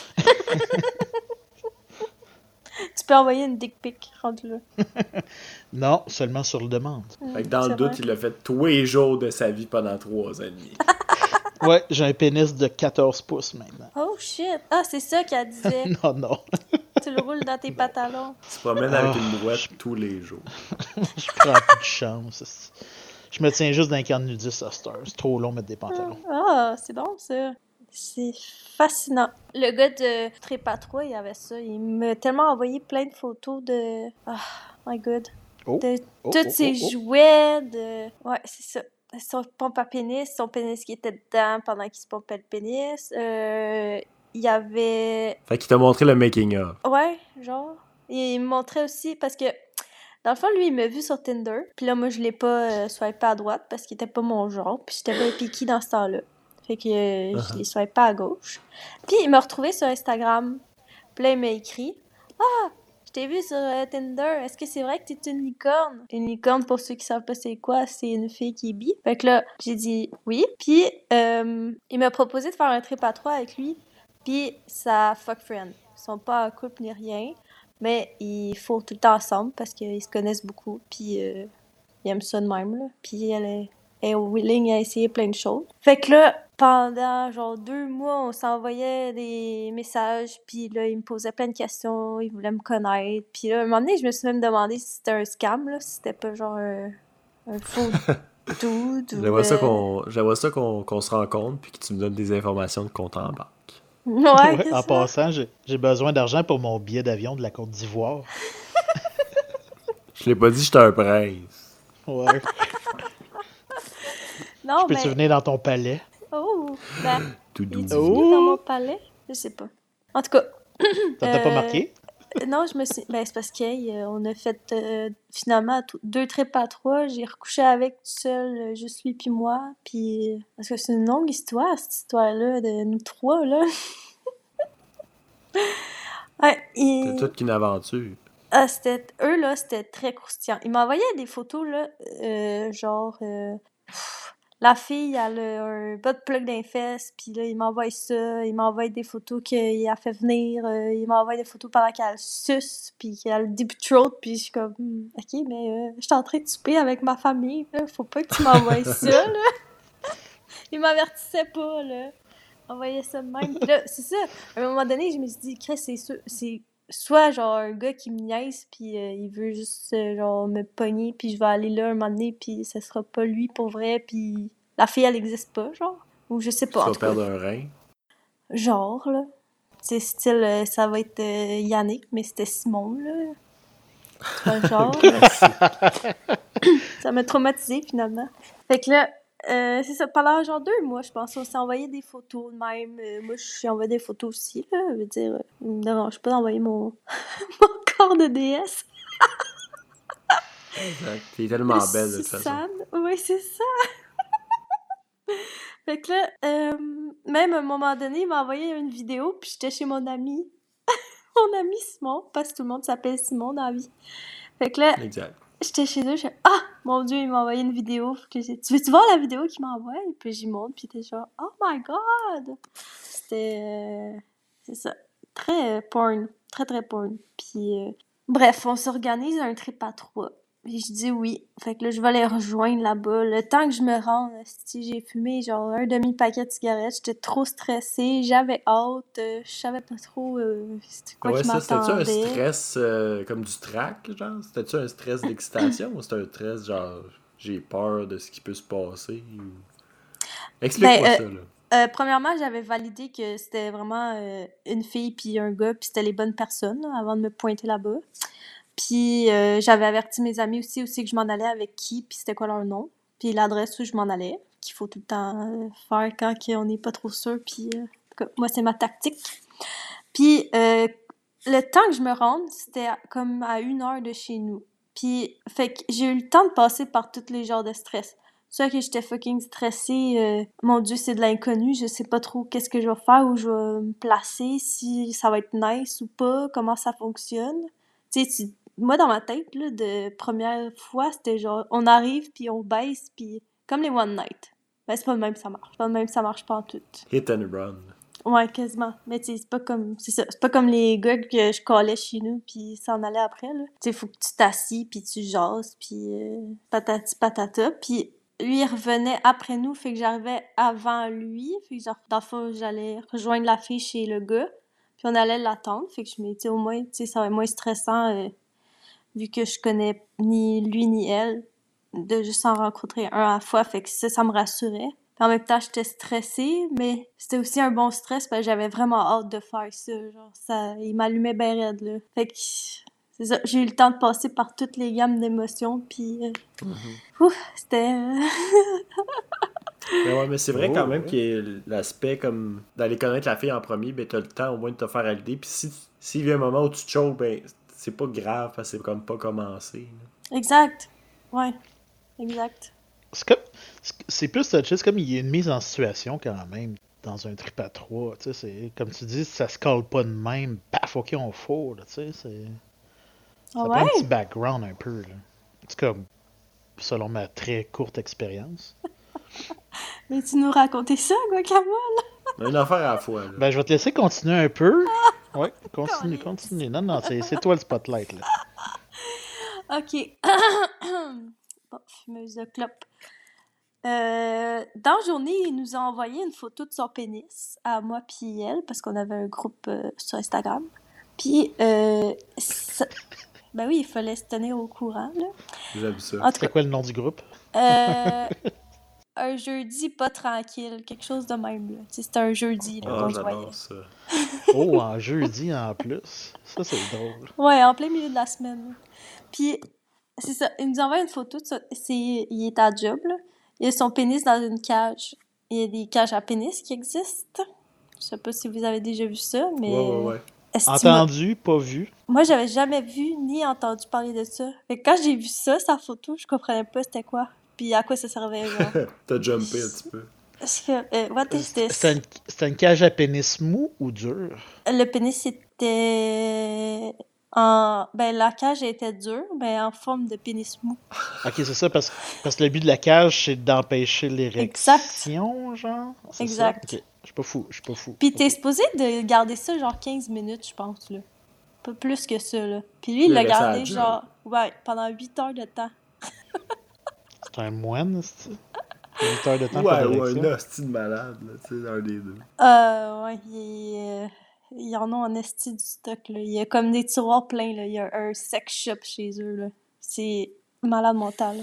Tu peux envoyer une dick pic, rendu là. Non, seulement sur le demande. Fait que dans C'est le doute, vrai. il l'a fait tous les jours de sa vie pendant trois ans et demi. Ouais, j'ai un pénis de quatorze pouces maintenant. Oh shit! Ah, c'est ça qu'elle disait. Non, non. tu le roules dans tes pantalons. Il se promène avec Ah, une brouette je- tous les jours. Je prends plus de chance. c'est- Je me tiens juste dans un camp de nudistes à Star. C'est trop long de mettre des pantalons. Ah, c'est bon, ça. C'est fascinant. Le gars de Trépa trois, il avait ça. Il m'a tellement envoyé plein de photos de... Ah, my God. Oh, De oh, tous oh, ses oh, oh. jouets, de... Ouais, c'est ça. Son pompe à pénis, son pénis qui était dedans pendant qu'il se pompait le pénis. Euh, il y avait... Fait qu'il t'a montré le making-of. Ouais, genre. Il me montrait aussi, parce que, dans le fond, lui, il m'a vu sur Tinder. Puis là, moi, je l'ai pas euh, swipé à droite parce qu'il était pas mon genre. Puis j'étais bien picky dans ce temps-là. Fait que euh, je l'ai swipé à gauche. Puis il m'a retrouvé sur Instagram. Puis là, il m'a écrit « Ah, je t'ai vu sur euh, Tinder. Est-ce que c'est vrai que t'es une licorne? » Une licorne, pour ceux qui savent pas c'est quoi, c'est une fille qui est bi. Fait que là, j'ai dit oui. Puis euh, il m'a proposé de faire un trip à trois avec lui. Puis sa fuck friend. Ils sont pas en couple ni rien. Mais ils font tout le temps ensemble parce qu'ils se connaissent beaucoup. Puis euh, ils aiment ça de même, là. Puis elle est, elle est willing à essayer plein de choses. Fait que là, pendant genre deux mois, on s'envoyait des messages. Puis là, il me posait plein de questions. Il voulait me connaître. Puis là, à un moment donné, je me suis même demandé si c'était un scam, là. Si c'était pas genre un, un faux dude. ou, J'aimerais ça euh, qu'on j'aimerais ça qu'on qu'on se rencontre puis que tu me donnes des informations de compte en banque. Ouais, Ouais, c'est en ça. passant, j'ai j'ai besoin d'argent pour mon billet d'avion de la Côte d'Ivoire. Je l'ai pas dit, j'étais un prince. Ouais. Non, Je peux-tu mais... venir dans ton palais? Oh! Ben, Tout il doux. est-tu Oh! venu dans mon palais? Je sais pas. En tout cas... Ça t'a pas euh, marqué? Non, je me suis... Ben, c'est parce qu'on a fait euh, finalement tout- deux trips à trois. J'ai recouché avec tout seul, euh, juste lui puis moi. Puis... Parce que c'est une longue histoire, cette histoire-là, de nous trois, là. Ouais, C'était et... toute qu'une aventure. Ah, c'était... Eux, là, c'était très croustillant. Ils m'envoyaient des photos, là, euh, genre... euh, pff, la fille, elle a un bas de plug dans les fesses, puis là, il m'envoie ça. Il m'envoie des photos qu'il a fait venir. euh, il m'envoie des photos pendant qu'elle suce, puis qu'elle a le deep throat, puis je suis comme... Hmm, OK, mais euh, je suis en train de souper avec ma famille, là. Faut pas que tu m'envoies ça, là. Il m'avertissait pas, là. Envoyait ça de même. Puis là, c'est ça. À un moment donné, je me suis dit, Chris, c'est sûr, c'est soit genre un gars qui me niaise, puis euh, il veut juste euh, genre me pogner, puis je vais aller là un moment donné, puis ça sera pas lui pour vrai, puis la fille, elle existe pas, genre. Ou je sais Tu pas, en vas tout cas. perdre un rein. Genre, là. C'est style, euh, ça va être euh, Yannick, mais c'était Simon, là. C'est pas genre. Ça m'a traumatisée, finalement. Fait que là, euh, c'est ça, pendant genre deux mois, je pense, on s'est envoyé des photos de même. Euh, moi, je suis envoyé des photos aussi, là. Je veux dire, euh, il me dérange pas d'envoyer mon... mon corps de déesse. Exact. T'es tellement belle de toute façon. Suzanne. Oui, c'est ça. Fait que là, euh, même à un moment donné, il m'a envoyé une vidéo, puis j'étais chez mon ami. Mon ami Simon, parce que tout le monde s'appelle Simon dans la vie. Fait que là, Exact. j'étais chez eux, je fais ah mon Dieu, il m'a envoyé une vidéo. Que j'ai... Tu veux-tu voir la vidéo qu'il m'envoie? Et puis j'y monte, puis t'es genre oh my god! C'était. euh, C'est ça. Très euh, porn. Très très porn. Puis euh, bref, on s'organise un trip à trois. Puis je dis oui. Fait que là, je vais les rejoindre là-bas. Le temps que je me rende, si j'ai fumé genre un demi-paquet de cigarettes, j'étais trop stressée, j'avais hâte, euh, je savais pas trop euh, c'était quoi Ouais, qui ça, c'était-tu un m'attendait. stress euh, comme du trac, genre? C'était-tu un stress d'excitation ou c'était un stress genre j'ai peur de ce qui peut se passer? Ou... Explique-moi Ben, euh, ça, là. Euh, premièrement, j'avais validé que c'était vraiment euh, une fille puis un gars, puis c'était les bonnes personnes là, avant de me pointer là-bas. Puis euh, j'avais averti mes amis aussi, aussi que je m'en allais avec qui, puis c'était quoi leur nom, puis l'adresse où je m'en allais, qu'il faut tout le temps euh, faire quand on n'est pas trop sûr, puis euh, en tout cas, moi, c'est ma tactique. Puis euh, le temps que je me rende, c'était comme à une heure de chez nous. Puis, fait que j'ai eu le temps de passer par tous les genres de stress. Soit que j'étais fucking stressée, euh, mon Dieu, c'est de l'inconnu, je sais pas trop qu'est-ce que je vais faire, où je vais me placer, si ça va être nice ou pas, comment ça fonctionne. Tu sais, tu- moi, dans ma tête, là, de première fois, c'était genre, on arrive, puis on baisse, puis comme les One Night. Ben, c'est pas le même, ça marche. C'est pas le même, ça marche pas en tout. Hit and run. Ouais, quasiment. Mais tu sais, c'est pas comme... C'est ça. C'est pas comme les gars que je collais chez nous, puis s'en allait après, là. Tu sais, faut que tu t'assis, puis tu jases, puis euh, patati patata. Puis lui, il revenait après nous, fait que j'arrivais avant lui. Fait que genre, dans le fond, j'allais rejoindre la fille chez le gars. Puis on allait l'attendre, fait que je me dis au moins, tu sais, ça va être moins stressant, euh, vu que je connais ni lui ni elle, de juste en rencontrer un à la fois, fait que ça, ça me rassurait. Puis en même temps, j'étais stressée, mais c'était aussi un bon stress parce que j'avais vraiment hâte de faire ça, genre, ça, il m'allumait bien raide, là. Fait que, c'est ça, j'ai eu le temps de passer par toutes les gammes d'émotions, puis... Euh, Mm-hmm. ouf, c'était... Euh... Mais ouais, mais c'est vrai Oh, quand même ouais. qu'il y a l'aspect comme d'aller connaître la fille en premier, ben t'as le temps au moins de te faire à l'idée. Puis si s'il vient un moment où tu te choques, ben c'est pas grave parce que c'est comme pas commencé. là. Exact. Ouais. Exact. C'est comme. c'est- C'est plus touché, c'est comme il y a une mise en situation quand même dans un trip à trois. Tu sais, c'est comme tu dis, ça se colle pas de même. Paf, ok, on faut, là, tu sais. c'est- Ça Ah prend un ouais? petit background un peu, là. C'est comme, selon ma très courte expérience. Mais tu nous racontais ça, Guacamole? Une affaire à la fois. Là. Ben, je vais te laisser continuer un peu. Ouais, continue, Câlisse. continue. Non, non, c'est c'est toi le spotlight, là. OK. Bon, fumeuse de clope. Euh, dans la journée, il nous a envoyé une photo de son pénis à moi puis elle, parce qu'on avait un groupe euh, sur Instagram. Puis, euh, ça- ben oui, il fallait se tenir au courant, là. J'aime ça. En tout C'est cas, quoi le nom du groupe? euh, un jeudi pas tranquille, quelque chose de même, là. Tu sais, c'était un jeudi, là, Ah, qu'on se voyait. j'adore ça. Oh, en jeudi en plus. Ça, c'est drôle. Ouais, en plein milieu de la semaine. Là. Puis, c'est ça, il nous envoie une photo de ça. C'est, il est à job, là. Il a son pénis dans une cage. Il y a des cages à pénis qui existent. Je sais pas si vous avez déjà vu ça, mais... Ouais, ouais, ouais. Est-ce que tu m'as- Entendu, pas vu. Moi, j'avais jamais vu ni entendu parler de ça. Fait que quand j'ai vu ça, sa photo, je comprenais pas c'était quoi. Puis à quoi ça servait, genre. T'as jumpé un petit peu. Parce que, euh, what is this? C'était une, c'était une cage à pénis mou ou dur? Le pénis était en... Ben, la cage était dure, mais en forme de pénis mou. Ok, c'est ça, parce, parce que le but de la cage, c'est d'empêcher l'érection, genre? C'est Exact. ça? Ok, je suis pas fou, je suis pas fou. Puis t'es Ok. supposé de garder ça genre quinze minutes, je pense, là. Pas plus que ça, là. Puis lui, il Il l'a laisse à la gardé job. genre... Ouais, pendant huit heures de temps. C'est un moine, c'est huit heures de temps Ouais, pour ouais, l'érection. un hostie de malade, là, tu sais, un des deux. Euh, ouais, il est... euh, Ils en ont en esti du stock, là. Il y a comme des tiroirs pleins, là. Il y a un sex shop chez eux, là. C'est malade mental.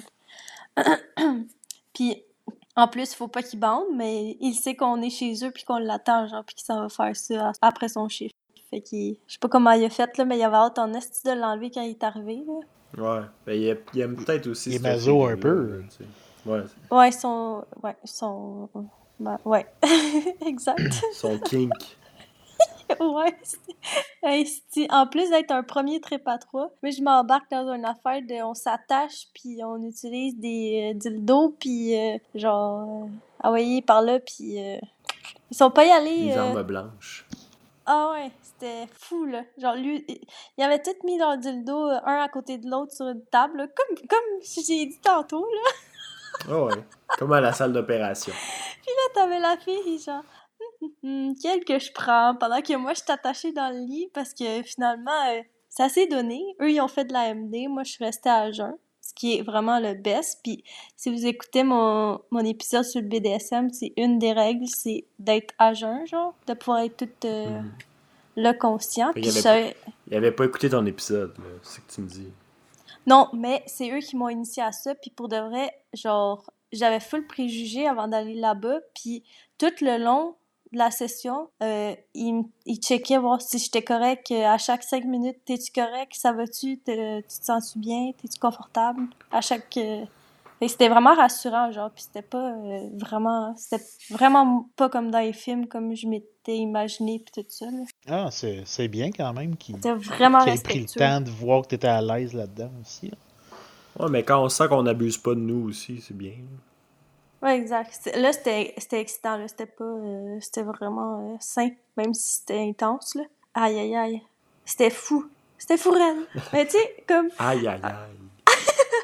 Puis, en plus, il faut pas qu'il bande, mais il sait qu'on est chez eux puis qu'on l'attend, genre, puis qu'il s'en va faire ça après son chiffre. Fait qu'il... Je sais pas comment il a fait, là, mais il avait hâte en esti de l'enlever quand il est arrivé, là. Ouais, ben il, a- il aime peut-être aussi Il est cette maso un fille-là, peu. là, tu sais. Ouais, Ouais, son... Ouais, son... ben, ouais, exact. son kink. Ouais, c'est- hey, c'est- en plus d'être un premier trip à trois, mais je m'embarque dans une affaire de on s'attache puis on utilise des euh, dildos puis euh, genre euh, envoyer par là puis euh, ils sont pas y allés. Les euh, armes blanches. Ah ouais, c'était fou là. Genre lui, il- ils avaient tous mis leurs dildos euh, un à côté de l'autre sur une table, là, comme comme j'ai dit tantôt là. Ah ouais, comme à la salle d'opération. Là, t'avais la fille genre Hmm, quel que je prends pendant que moi je suis attachée dans le lit parce que finalement euh, ça s'est donné. Eux ils ont fait de la M D, moi je suis restée à jeun, ce qui est vraiment le best. Puis si vous écoutez mon, mon épisode sur le B D S M, c'est une des règles, c'est d'être à jeun, genre, de pouvoir être toute euh, Mhm. là conscient. Fait Puis qu'il y je avait savais- Il avait pas écouté ton épisode, là, c'est ce que tu me dis. Non, mais c'est eux qui m'ont initié à ça. Puis pour de vrai, genre, j'avais full préjugé avant d'aller là-bas. Puis tout le long de la session, euh, ils, m- ils checkaient voir si j'étais correct. euh, À chaque cinq minutes, t'es-tu correct? Ça va-tu? Te- Tu te sens-tu bien? T'es-tu confortable? À chaque... euh, fait que c'était vraiment rassurant, genre. Puis c'était pas euh, vraiment... C'était vraiment pas comme dans les films, comme je m'étais imaginé, puis tout ça, là. Ah, c'est c'est bien quand même qu'il C'était vraiment qu'il ait pris le respectueux. temps de voir que t'étais à l'aise là-dedans aussi. là. Ouais, mais quand on sent qu'on n'abuse pas de nous aussi, c'est bien. Ouais, exact. C'est- Là, c'était c'était excitant, là. C'était pas... euh, c'était vraiment euh, sain, même si c'était intense, là. Aïe, aïe, aïe. C'était fou. C'était fou, raide. Mais tu sais, comme Aïe, aïe, Ah. aïe.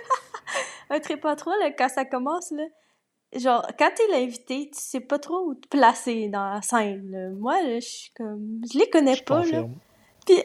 un trip à trois, là, quand ça commence, là, genre, quand t'es l'invité, tu sais pas trop où te placer dans la scène, là. Moi, là, je suis comme... Je les connais Je pas, là. confirme. Puis...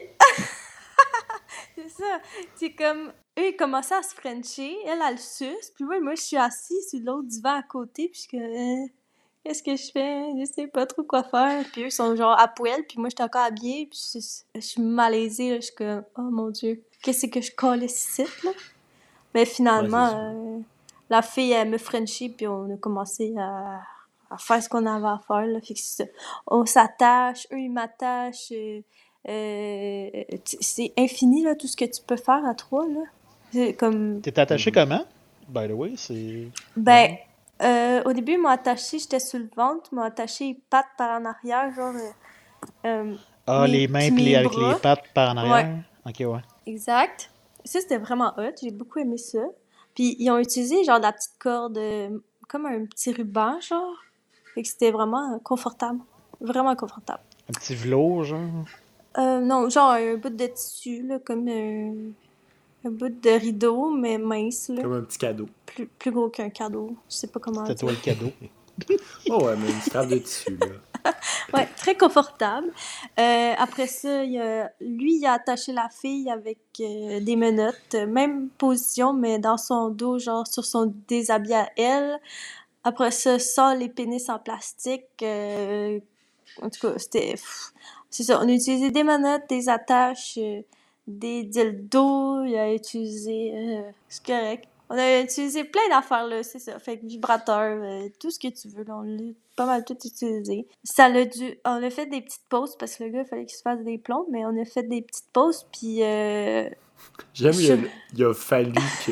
C'est ça. C'est comme... Eux, ils commençaient à se frencher. Elle, elle suce. Puis moi, moi, je suis assise sur l'autre divan à côté. Puis je suis comme... euh, qu'est-ce que je fais? Je sais pas trop quoi faire. Puis eux sont genre à poêle, puis moi, j'étais encore habillée, puis je, je suis malaisée, là. Je suis comme, oh mon Dieu, qu'est-ce que je colle ici, là? Mais finalement, Ouais, euh, la fille, elle me frenchie, puis on a commencé à, à faire ce qu'on avait à faire, là. Fait que c'est ça. On s'attache, eux, ils m'attachent. euh, euh, t- c'est infini, là, tout ce que tu peux faire à trois, là. C'est comme... T'es attaché comment? By the way, c'est. Ben, euh, au début, ils m'ont attaché, j'étais sur le ventre, ils m'ont attaché les pattes par en arrière, genre... euh, euh, Ah, mes- les mains puis pliées mes avec bras. les pattes par en arrière? Ok, ouais. Exact. Ça, c'était vraiment hot. J'ai beaucoup aimé ça. Puis, ils ont utilisé, genre, de la petite corde, euh, comme un petit ruban, genre. Fait que c'était vraiment euh, confortable. Vraiment confortable. Un petit velours, genre. Euh, non, genre un bout de tissu, là, comme un, un bout de rideau, mais mince, là. Comme un petit cadeau. Plus, plus gros qu'un cadeau. Je sais pas comment C'était dire. toi le cadeau. Oh ouais, mais une strap de tissu, là. Ouais, très confortable. Euh, après ça, il a- lui, il a attaché la fille avec euh, des menottes, euh, même position, mais dans son dos, genre sur son déshabillé à elle. Après ça, sort les pénis en plastique. euh, en tout cas, c'était... pff, c'est ça, on a utilisé des menottes, des attaches, euh, des dildos, il a utilisé... euh, c'est correct. On a utilisé plein d'affaires, là, c'est ça. Fait que vibrateur, euh, tout ce que tu veux, là, on l'a pas mal tout utilisé. Ça l'a dû... On a fait des petites pauses, parce que le gars, il fallait qu'il se fasse des plombs, mais on a fait des petites pauses, puis... Euh... J'aime, il, a, il a fallu que...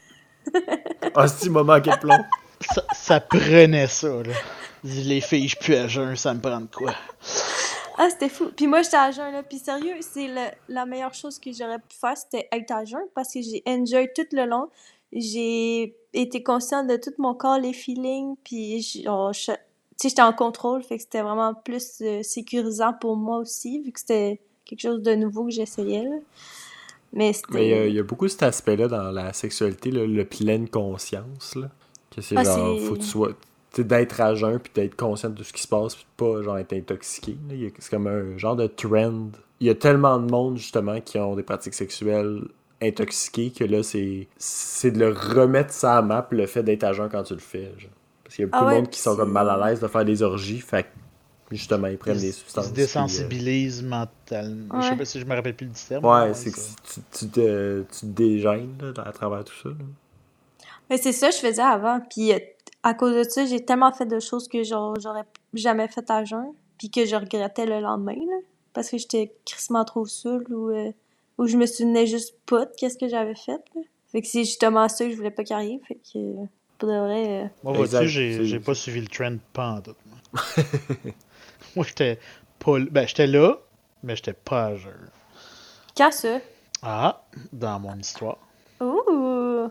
Ah, si, il m'a manqué de plomb. Ça, ça prenait ça, là. Dis, les filles, je pue à jeun, ça me prend de quoi? Ah, c'était fou. Puis moi, j'étais à jeun, là. Puis sérieux, c'est le- la meilleure chose que j'aurais pu faire, c'était être à jeun, parce que j'ai enjoy tout le long. J'ai été consciente de tout mon corps, les feelings, puis genre, je- tu sais, j'étais en contrôle, fait que c'était vraiment plus euh, sécurisant pour moi aussi, vu que c'était quelque chose de nouveau que j'essayais, là. Mais c'était... Mais euh, il y a beaucoup cet aspect-là dans la sexualité, là, le pleine conscience, là. Que c'est Ah, genre, c'est- faut que tu sois... Tu sais, d'être à jeun, puis d'être conscient de tout ce qui se passe, puis de pas, genre, être intoxiqué. Là. Il y a- C'est comme un genre de trend. Il y a tellement de monde, justement, qui ont des pratiques sexuelles intoxiquées, que là, c'est c'est de le remettre ça à map, le fait d'être à jeun quand tu le fais, genre. Parce qu'il y a beaucoup Ah ouais, de monde qui sont puis- comme mal à l'aise de faire des orgies, fait que, justement, ils prennent Ils, des ils substances. se puis, euh, désensibilisent mentalement. Je sais Ouais. pas si je me rappelle plus du terme. Ouais, mais c'est que ça. tu, tu, te, tu te dégènes là, à travers tout ça. Là. Mais c'est ça que je faisais avant. Puis euh, à cause de ça, j'ai tellement fait de choses que genre j'aurais jamais fait à jeun, puis que je regrettais le lendemain, là, parce que j'étais crissement trop saoule ou euh, ou je me souvenais juste pas de qu'est-ce que j'avais fait, là. Fait que c'est justement ça que je voulais pas qu'il arrive. Fait que euh, pour de vrai, euh, Moi, Exact, vois-tu, j'ai, c'est- j'ai pas suivi le trend pantoute. Moi, moi j'étais pas... Ben, j'étais là, mais j'étais pas à jeun. qu'à ça. Ah, dans mon histoire. Ouh!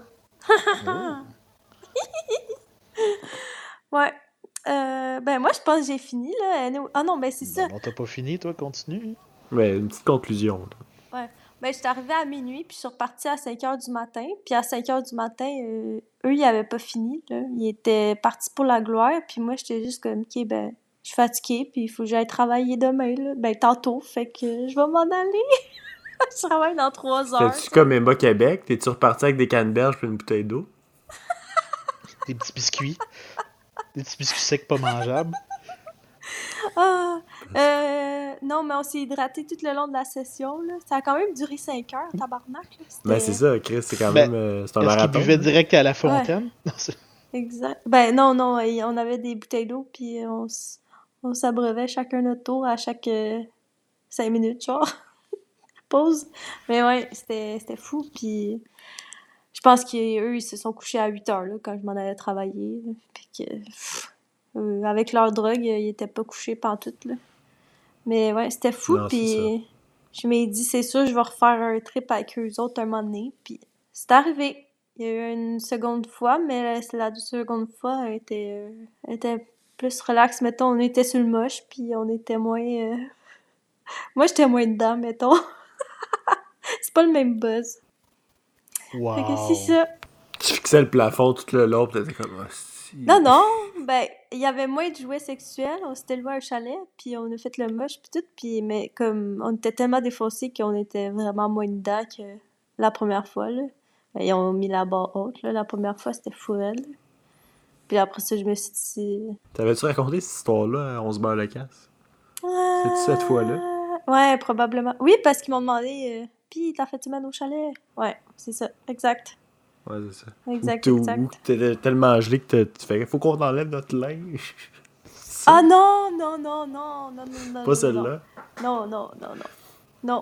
Ouais. Euh, ben moi je pense que j'ai fini là. Anyway- Ah non, ben c'est ça. Bon, t'as pas fini, toi, continue. Mais une petite conclusion. Là. Ouais. Ben, j'étais arrivée à minuit, puis je suis repartie à cinq heures du matin. Puis à cinq heures du matin, euh, eux, ils avaient pas fini, là. Ils étaient partis pour la gloire, puis moi, j'étais juste comme, OK, ben, je suis fatiguée, puis il faut que j'aille travailler demain, là. Ben, tantôt, fait que je vais m'en aller. Je travaille dans trois heures. T'es-tu comme Emma Québec? T'es-tu reparti avec des canneberges puis une bouteille d'eau? Des petits biscuits. Des petits biscuits secs pas mangeables. Ah! Euh, non, mais on s'est hydraté tout le long de la session, là. Ça a quand même duré cinq heures, tabarnak, là. C'était- Ben c'est ça, Chris, c'est quand Ben, même... euh, c'est un Est-ce qu'ils marathon. buvaient là. direct à la fontaine? Non, c'est- Exact. Ben non, non, et on avait des bouteilles d'eau, puis on, s- on s'abreuvait chacun notre tour à chaque euh, cinq minutes, genre. Pause. Mais ouais, c'était c'était fou, puis je pense qu'eux, ils se sont couchés à huit heures, là, quand je m'en allais travailler, là. Puis que, pff, euh, avec leur drogue, ils étaient pas couchés pantoute, là. Mais ouais, c'était fou, Non, c'est puis je m'ai dit, c'est sûr, je vais refaire un trip avec eux autres un moment donné, puis c'est arrivé. Il y a eu une seconde fois, mais la, la seconde fois, elle était, euh, elle était plus relax. Mettons, on était sur le moche, puis on était moins... euh, Moi, j'étais moins dedans, mettons. C'est pas le même buzz. Fait que Wow. c'est ça. Tu fixais le plafond tout le long, pis t'étais comme... Ah, si. Non, non, ben, il y avait moins de jouets sexuels. On s'était loué un chalet, puis on a fait le moche, puis tout. Puis, mais comme, on était tellement défoncés qu'on était vraiment moins dedans que la première fois, là. Ben, ils ont mis la barre haute, là. La première fois, c'était fou raide. Puis après ça, je me suis dit... T'avais-tu raconté cette histoire-là à On se beurre le casse? Euh... C'est-tu cette fois-là? Ouais, probablement. Oui, parce qu'ils m'ont demandé... Euh... Puis, t'as fait-tu mal au chalet? Ouais, c'est ça. Exact. Ouais, c'est ça. Exact, Ou exact. ou t'étais tellement gelé que t'as- tu fais « Faut qu'on enlève notre linge. » Ah non, non, non, non, non, non, non. Pas non, celle-là? Non, non, non, non. Non.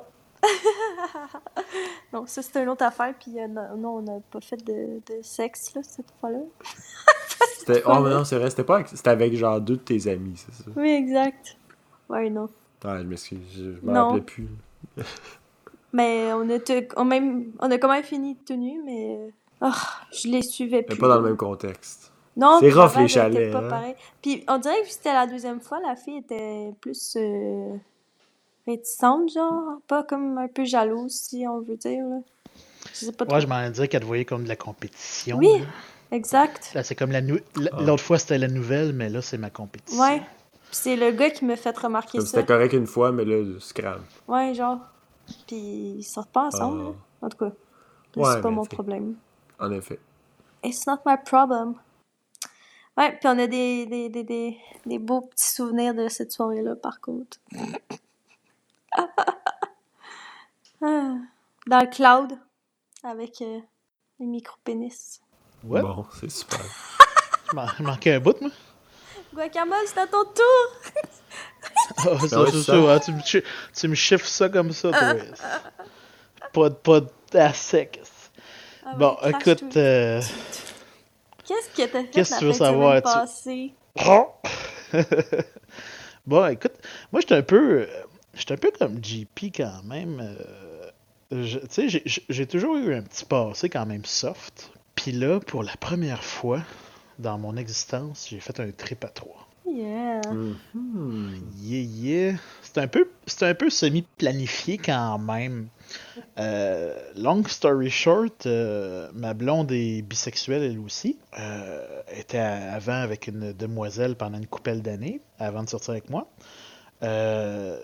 Non, ça, c'était une autre affaire. Puis, euh, non, non, on n'a pas fait de, de sexe, là, cette fois-là. C'était... Oh, mais non, c'est vrai. C'était pas avec... C'était avec genre deux de tes amis, c'est ça? Oui, exact. Ouais, non. Ah, je m'excuse. Je, je m'en Non. rappelais plus. Mais on a, te- on même, on a quand même fini de tenue, mais... Oh, je les suivais Mais plus. pas dans le même contexte. Non, C'est puis rough, la les vibe chalets, était pas hein. pareil. Puis on dirait que c'était la deuxième fois, la fille était plus euh, réticente, genre. Pas comme un peu jalouse, si on veut dire, là. Je sais pas trop. Ouais, je m'en disais qu'elle te voyait comme de la compétition. Oui, Là, exact. Là, c'est comme la nou- l- Ah. l'autre fois, c'était la nouvelle, mais là, c'est ma compétition. Ouais. Puis c'est le gars qui m'a fait remarquer Comme ça. c'était correct une fois, mais là, scrap. Ouais, genre. Puis ils sortent pas ensemble, Ah. là. En tout cas, Ouais, c'est pas mais mon t'sais. problème. En effet. It's not my problem. Ouais, puis on a des, des, des, des, des beaux petits souvenirs de cette soirée-là, par contre. Ah. Dans le cloud, avec euh, les micro-pénis. What? Bon, c'est super. Je m'en- je manquais un bout, moi. Guacamole, c'est à ton tour! Ah, ça, ouais, c'est ça. ça, hein, tu, me chi- tu me chiffres ça comme ça, toi. Pas de pas de à sec. Ah Bon, ouais, crache écoute, tout. euh... Qu'est-ce que t'as fait qu'est-ce la que tu veux fin de savoir, semaine tu- passée? bon, écoute, moi, j'étais un peu... euh, J'étais un peu comme J P quand même. euh, je- Tu sais, j'ai- j'ai j'ai toujours eu un petit passé quand même soft. Puis là, pour la première fois dans mon existence, j'ai fait un trip à trois. Yeah. Hmm. Yeah, yeah. C'est un peu, c'est un peu semi-planifié quand même. Euh, long story short, euh, ma blonde est bisexuelle elle aussi. Euh, était à- avant avec une demoiselle pendant une couple d'années, avant de sortir avec moi. Euh,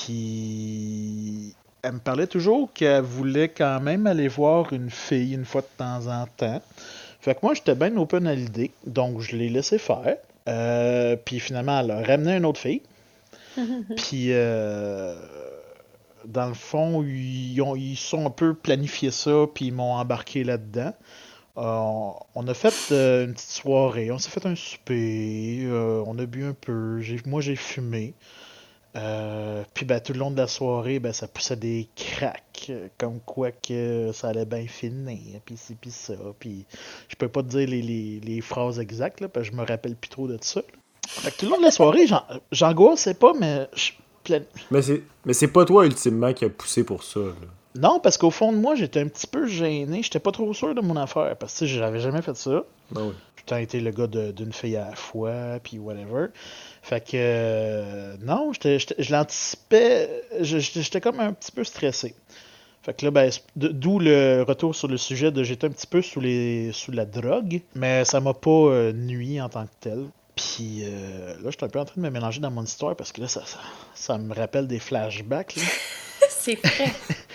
Puis elle me parlait toujours qu'elle voulait quand même aller voir une fille une fois de temps en temps. Fait que moi, j'étais bien open à l'idée, donc je l'ai laissé faire. Euh, puis finalement, elle a ramené une autre fille. Puis, euh, dans le fond, ils, ont, ils sont un peu planifié ça, puis ils m'ont embarqué là-dedans. Euh, on a fait euh, une petite soirée, on s'est fait un souper, euh, on a bu un peu, j'ai, moi j'ai fumé. Euh, puis ben, tout le long de la soirée, ben, ça poussait des cracks, euh, comme quoi que ça allait bien finir, puis ci, puis ça. Puis je peux pas te dire les, les, les phrases exactes, là, parce que je me rappelle plus trop de ça. Là. Fait que tout le long de la soirée, j'an- j'angoissais pas, mais je plan- Mais c'est mais c'est pas toi, ultimement, qui a poussé pour ça, là. Non, parce qu'au fond de moi, j'étais un petit peu gêné, j'étais pas trop sûr de mon affaire, parce que tu sais, j'avais jamais fait ça. Ben oui. J'ai tout le temps été le gars de- d'une fille à la fois, puis whatever. Fait que, euh, non, j'étais, j'étais- je l'anticipais, je- j'étais j'étais comme un petit peu stressé. Fait que là, ben, c'est- de- d'où le retour sur le sujet de j'étais un petit peu sous, les, sous la drogue, mais ça m'a pas euh, nui en tant que tel. Puis euh, là, j'étais un peu en train de me mélanger dans mon histoire parce que là, ça, ça, ça me rappelle des flashbacks. Là. C'est vrai.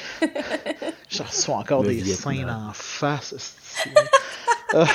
Je reçois encore Le des Vietnam. scènes en face. esti. Ah.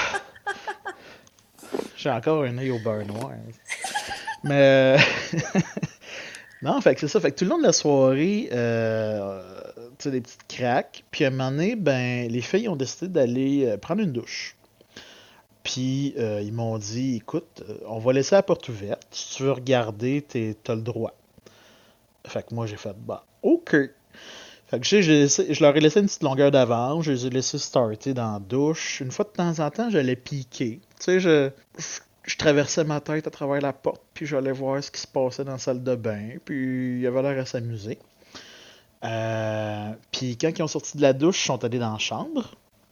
J'ai encore un œil au beurre noir. Mais. Non, fait que c'est ça. Fait que tout le long de la soirée, euh, tu sais, des petites craques. Puis à un moment donné, ben, les filles ont décidé d'aller euh, prendre une douche. Puis euh, ils m'ont dit, écoute, euh, on va laisser la porte ouverte. Si tu veux regarder, t'es- t'as le droit. Fait que moi, j'ai fait, bah, ok. Fait que j'ai- j'ai laissé- je leur ai laissé une petite longueur d'avance, je les ai laissés starter dans la douche. Une fois de temps en temps, j'allais piquer. Tu sais, je, je, je traversais ma tête à travers la porte, puis j'allais voir ce qui se passait dans la salle de bain, puis il avait l'air à s'amuser. Euh, puis quand ils ont sorti de la douche, ils sont allés dans la chambre.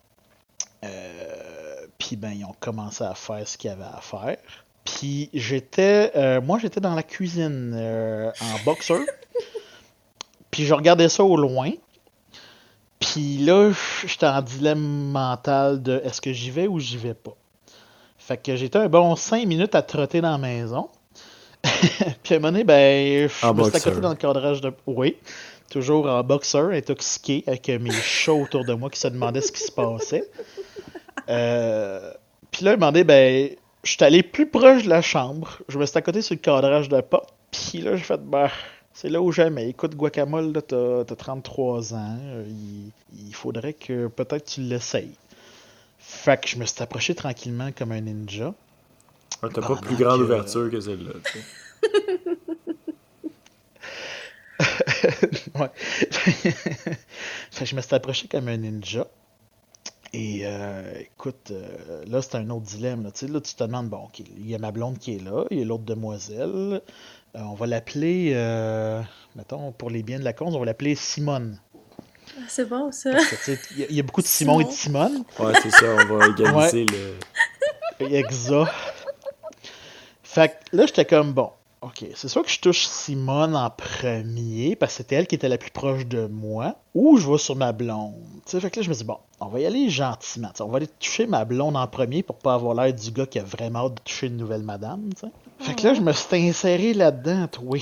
Euh, puis ben, ils ont commencé à faire ce qu'il y avait à faire. Puis j'étais, euh, moi j'étais dans la cuisine euh, en boxer. Puis je regardais ça au loin. Puis là, j'étais en dilemme mental de est-ce que j'y vais ou j'y vais pas. Fait que j'étais un bon cinq minutes à trotter dans la maison. Puis à un moment donné, ben, je En me suis boxer. accoté dans le cadrage de... Oui, toujours en boxer, intoxiqué, avec mes chats autour de moi qui se demandaient ce qui se passait. Euh... Puis là, à un moment donné, ben, je je suis allé plus proche de la chambre. Je me suis à côté sur le cadrage de porte. Puis là, j'ai fait, bah, c'est là où jamais. Écoute, Guacamole, là, t'as, t'as trente-trois ans. Il, il faudrait que peut-être tu l'essayes. Fait que je me suis approché tranquillement comme un ninja. Ouais, t'as pas plus grande que... ouverture que celle-là, tu sais. Ouais. Fait que je me suis approché comme un ninja. Et euh, écoute, euh, là, c'est un autre dilemme. Là. Tu sais, là, tu te demandes, bon, ok, il y a ma blonde qui est là, il y a l'autre demoiselle. Euh, on va l'appeler, euh, mettons, pour les biens de la cause, on va l'appeler Simone. Ah, c'est bon, ça. Parce que, tu sais, il y, y a beaucoup de Simon, Simon et de Simone. Ouais, c'est ça, on va égaliser ouais. le... Exact. Fait que là, j'étais comme, bon, ok, c'est sûr que je touche Simone en premier, parce que c'était elle qui était la plus proche de moi, ou je vais sur ma blonde. T'sais, fait que là, je me dis, bon, on va y aller gentiment. T'sais, on va aller toucher ma blonde en premier pour pas avoir l'air du gars qui a vraiment hâte de toucher une nouvelle madame. T'sais. Fait que là, je me suis inséré là-dedans, toi.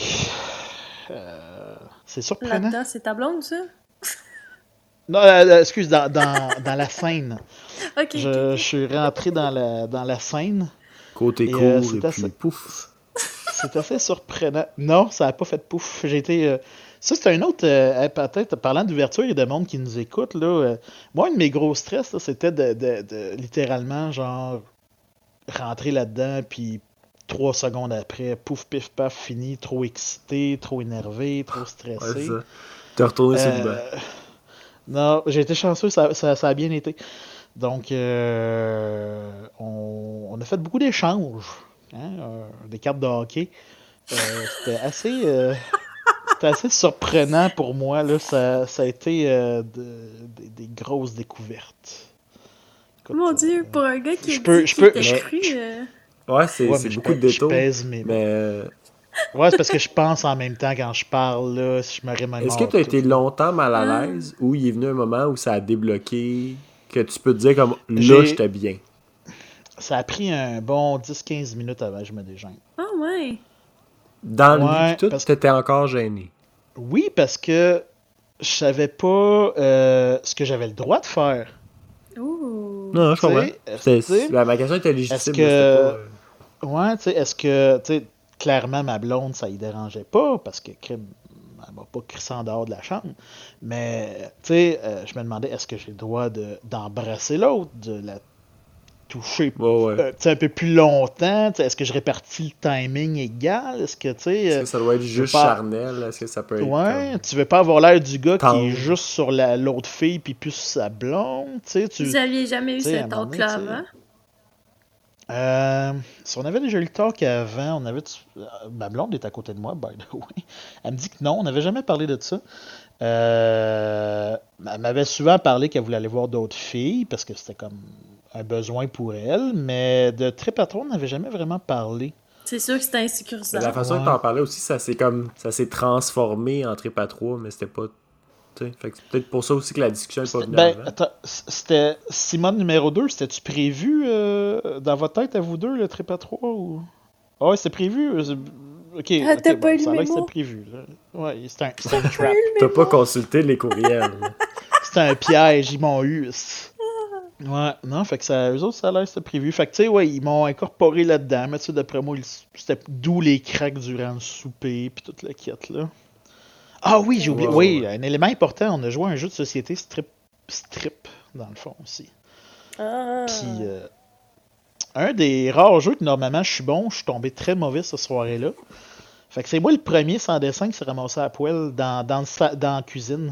Euh, c'est surprenant. Là-dedans, c'est ta blonde, ça? Non, euh, excuse, dans, dans, dans la scène. Ok. Je, okay, okay. je suis rentré dans la, dans la scène. Côté court, euh, et puis assez... pouf. C'est assez surprenant. Non, ça n'a pas fait pouf. J'ai été... Euh... Ça, c'est un autre... Euh, peut-être, parlant d'ouverture, il y a des monde qui nous écoute. Là, euh... Moi, un de mes gros stress, là, c'était de, de, de littéralement, genre, rentrer là-dedans, puis trois secondes après, pouf, pif, paf, fini, trop excité, trop énervé, trop stressé. Ouais, ça. T'es retourné sur le banc. Euh... Non, j'ai été chanceux, ça, ça, ça a bien été. Donc, euh, on, on a fait beaucoup d'échanges. Hein, euh, des cartes de hockey. Euh, c'était assez euh, c'était assez surprenant pour moi. Là. Ça, ça a été euh, de, de, des grosses découvertes. Écoute, Mon Dieu, euh, pour un gars qui je peux, dit je peux, qu'il je... cru, euh... Ouais, c'est, ouais, c'est beaucoup je, de détours. Je pèse mes... Mais... Ouais, c'est parce que je pense en même temps quand je parle. Là, si je me remets Est-ce que tu as été longtemps mal à l'aise ah. ou il est venu un moment où ça a débloqué que tu peux te dire comme là, J'ai... j'étais bien? Ça a pris un bon dix à quinze minutes avant que je me dégêne. Ah oh, ouais. Dans ouais, le lit, tout, parce... t'étais encore gêné. Oui, parce que je savais pas euh, ce que j'avais le droit de faire. Ouh. Non, je comprends. C'est, c'est, ben, ma question était légitime. Est-ce que... Pas... Ouais, tu sais, est-ce que... Tu sais, clairement, ma blonde, ça y dérangeait pas, parce que elle m'a pas crissé en dehors de la chambre. Mais, tu sais, euh, je me demandais, est-ce que j'ai le droit de, d'embrasser l'autre, de la toucher ouais, ouais. Euh, un peu plus longtemps? Est-ce que je répartis le timing égal? Est-ce que, tu sais... Est-ce que ça doit être juste pas... charnel? Est-ce que ça peut être... Ouais, comme... tu veux pas avoir l'air du gars Tendre. qui est juste sur la, l'autre fille puis plus sur sa blonde, tu sais. Tu... Vous aviez jamais eu cet talk-là avant? Euh, si on avait déjà eu le talk avant, on avait... Ma blonde est à côté de moi, by the way. Elle me dit que non, on n'avait jamais parlé de ça. Euh... Elle m'avait souvent parlé qu'elle voulait aller voir d'autres filles parce que c'était comme un besoin pour elle, mais de Trip-à-Trois, on n'avait jamais vraiment parlé. C'est sûr que c'était insécurisant. Mais la façon ouais. que t'en parlais aussi, ça s'est comme ça s'est transformé en Trip-à-Trois, mais c'était pas... Fait que c'est peut-être pour ça aussi que la discussion n'est pas venue ben, avant. Attends, c'était Simone numéro deux, c'était-tu prévu euh, dans votre tête à vous deux, le Trip-à-Trois ou... Ah ouais, c'était prévu. Ok, ah, okay t'as bon, pas eu ça le a l'air mémo? que c'était prévu. Là. Ouais, c'était un, c'était un trap. T'as pas consulté les courriels. C'était un piège, ils m'ont eu. Ouais, non, fait que ça, eux autres, ça a l'air que c'était prévu. Fait que, tu sais, ouais, ils m'ont incorporé là-dedans, mais tu sais, d'après moi, ils, c'était d'où les cracks durant le souper, puis toute la quête, là. Ah oui, j'ai oublié. Oh, oui, ouais. Un élément important, on a joué à un jeu de société strip, strip dans le fond aussi. Ah. Puis, euh, un des rares jeux que normalement je suis bon, je suis tombé très mauvais cette soirée-là. Fait que c'est moi le premier sans dessin qui s'est ramassé à poêle dans, dans, le, dans la cuisine.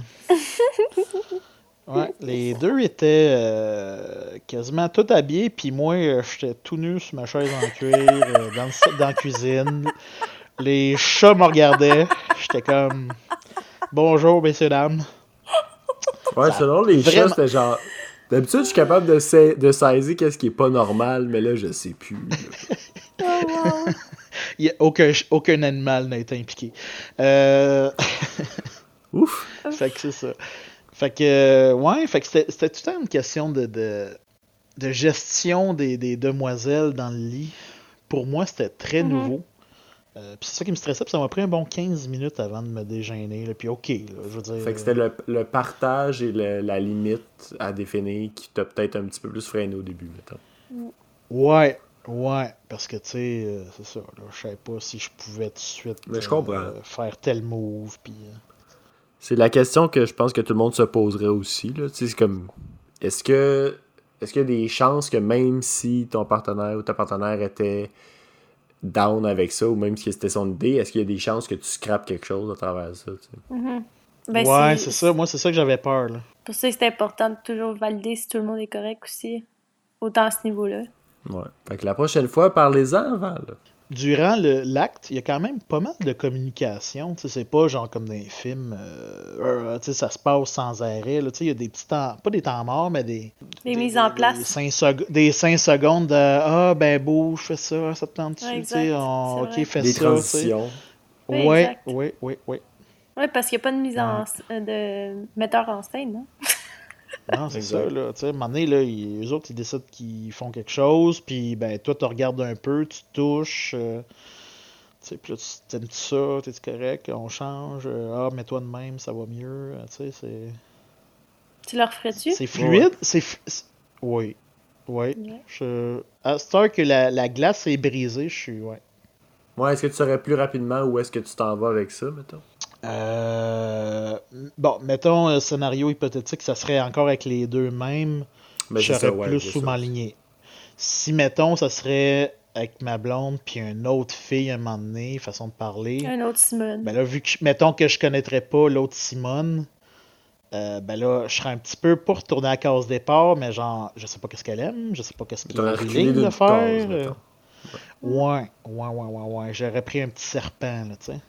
Ouais, les deux étaient euh, quasiment tout habillés, puis moi, euh, j'étais tout nu sur ma chaise en cuir euh, dans, le, dans la cuisine. Les chats me regardaient. J'étais comme... Bonjour, messieurs, dames. Ouais, ça, selon les vraiment... chats, c'était genre... D'habitude, je suis capable de, sa... de saisir qu'est-ce qui est pas normal, mais là, je sais plus. Oh, wow. Il y a aucun, aucun animal n'a été impliqué. Euh... Ouf! Fait que c'est ça. Fait que, ouais, fait que c'était, c'était tout le temps une question de, de, de gestion des, des demoiselles dans le lit. Pour moi, c'était très mm-hmm. nouveau. Euh, puis c'est ça qui me stressait, puis ça m'a pris un bon quinze minutes avant de me dégêner. Là, puis ok, là, je veux dire... Fait que c'était le, le partage et le, la limite à définir qui t'a peut-être un petit peu plus freiné au début, mettons. Ouais, Ouais, parce que, tu sais, euh, c'est ça, là, je savais pas si je pouvais tout de suite Mais je comprends. euh, faire tel move, puis... euh, C'est la question que je pense que tout le monde se poserait aussi. Là. Tu sais, c'est comme. Est-ce que. Est-ce qu'il y a des chances que même si ton partenaire ou ta partenaire était down avec ça, ou même si c'était son idée, est-ce qu'il y a des chances que tu scrapes quelque chose à travers ça? Tu sais? Mhm. Ben, ouais, c'est ça, moi, c'est ça que j'avais peur, là. Pour ça que c'est important de toujours valider si tout le monde est correct aussi. Autant à ce niveau-là. Ouais. Fait que la prochaine fois, parlez-en avant. Là. Durant le, l'acte, il y a quand même pas mal de communication. Tu sais, c'est pas genre comme dans les films, euh, euh, tu sais, ça se passe sans arrêt. Là. Tu sais, il y a des petits temps, pas des temps morts, mais des. Des, des mises en place. Des cinq, seg- des cinq secondes de ah, ben beau, je fais ça, ça te tente dessus. Ouais, tu sais, exact, on- c'est ok, vrai. fais Des ça. tu sais. transitions. Oui, Ouais, exact. ouais, ouais, ouais. Oui, parce qu'il n'y a pas de mise en euh, de metteur en scène, non? Non, c'est Exact. ça, là. Tu sais, à un moment donné, là, ils- eux autres, ils décident qu'ils font quelque chose, puis ben, toi, tu regardes un peu, tu touches. euh, tu sais, puis là, tu t'aimes ça, t'es correct, on change. euh, ah, mets-toi de même, ça va mieux. euh, tu sais, c'est. Tu leur ferais-tu? C'est fluide. C'est. f- c'est- Oui. Oui. Ouais. Je... À cette heure que la, la glace est brisée, je suis. Ouais. Ouais, est-ce que tu saurais plus rapidement où est-ce que tu t'en vas avec ça, mettons? Euh, Bon, mettons un scénario hypothétique, ça serait encore avec les deux mêmes. Ben, je c'est serais ça, ouais, plus c'est sous ça. ma lignée. Si, mettons, ça serait avec ma blonde puis une autre fille à un moment donné, façon de parler, Un autre Simone. ben là, vu que, je- mettons que je connaîtrais pas l'autre Simone, euh, ben là, je serais un petit peu pas retourné à la case départ, mais genre, je sais pas qu'est-ce qu'elle aime, je sais pas qu'est-ce qu'il T'aurais est reculé willing d'une de faire. case, euh, mettons. Ouais, ouais, ouais, ouais, ouais. J'aurais pris un petit serpent, là, tu sais.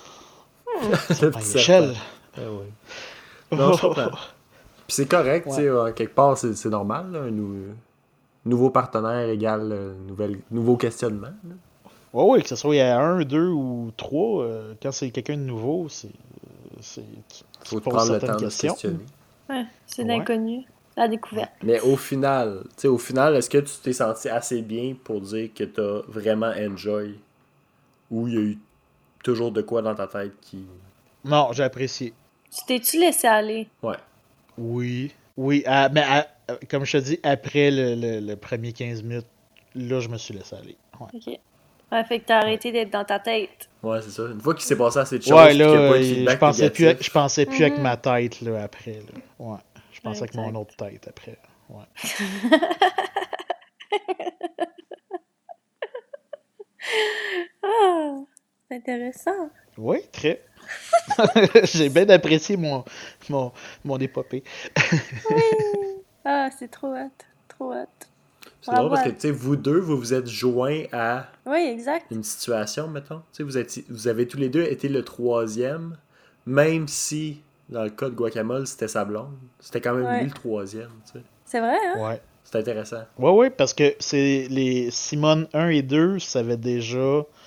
Le Serpent petit échelle. serpent. Ah ouais. Non, je comprends. Puis c'est correct, tu sais, euh, quelque part, c'est, c'est normal, là, un nou- nouveau partenaire égale euh, nouvelle, nouveau questionnement. Là. Ouais, ouais, que ce soit il y a un, deux ou trois, euh, quand c'est quelqu'un de nouveau, c'est. c'est tu, tu Faut poses prendre le certaines temps de se questions. questionner. Ouais, c'est Ouais. l'inconnu. La découverte. Mais au final, tu sais, au final, est-ce que tu t'es senti assez bien pour dire que t'as vraiment enjoy? Ou il y a eu toujours de quoi dans ta tête qui... Non, j'ai apprécié. Tu t'es-tu laissé aller? Ouais. Oui. Oui, à- mais à- euh, comme je te dis, après le, le, le premier quinze minutes, là, je me suis laissé aller. Ouais, Ok. Ouais, fait que t'as arrêté d'être dans ta tête. Ouais, c'est ça. Une fois qu'il s'est passé assez de choses, ouais puis là, qu'il n'y a pas de euh, feedback je pensais plus, négatif, je pensais plus avec Mhm. ma tête, là, après. Là. Ouais. Je pensais avec Exact. mon autre tête après. Ouais. Ah, c'est intéressant. Oui, très. J'ai bien apprécié mon, mon, mon épopée. Ah, c'est trop hâte. Trop hâte. c'est drôle parce que, Bravo. tu sais, vous deux, vous vous êtes joints à Oui, exact. une situation, mettons. Tu sais, vous, êtes, vous avez tous les deux été le troisième, même si, dans le cas de Guacamole, c'était sa blonde. C'était quand même Ouais. lui le troisième, tu sais. C'est vrai, hein? Ouais. C'est intéressant. Ouais, ouais, parce que c'est les Simone un et deux s'avaient déjà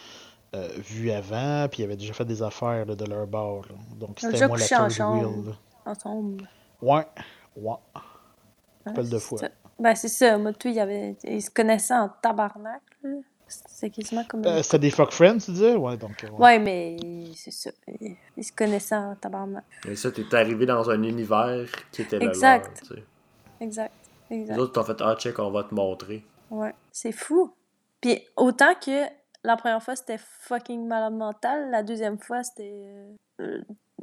euh, vu avant, puis ils avaient déjà fait des affaires là, de leur bord. Là. Donc Ils ont c'était déjà moi la couché third ensemble. wheel. Là. Ensemble. Ouais, ouais. Ouais, Appelle de c'est fois. ça. Ben, c'est ça. Moi, tout, il avait... ils se connaissaient en tabarnak. là. C'est quasiment comme... Euh, c'était des fuck friends, tu disais? Ouais, donc. euh, ouais. Ouais, mais c'est ça. Ils ils se connaissaient en tabarnak. Et ça, t'es arrivé dans un univers qui était le Exact. leur, tu sais. Exact. Les Exact. autres t'ont fait « Ah, check, on va te montrer. Ouais. C'est fou. Puis autant que la première fois, c'était fucking malade mental, la deuxième fois, c'était euh, euh,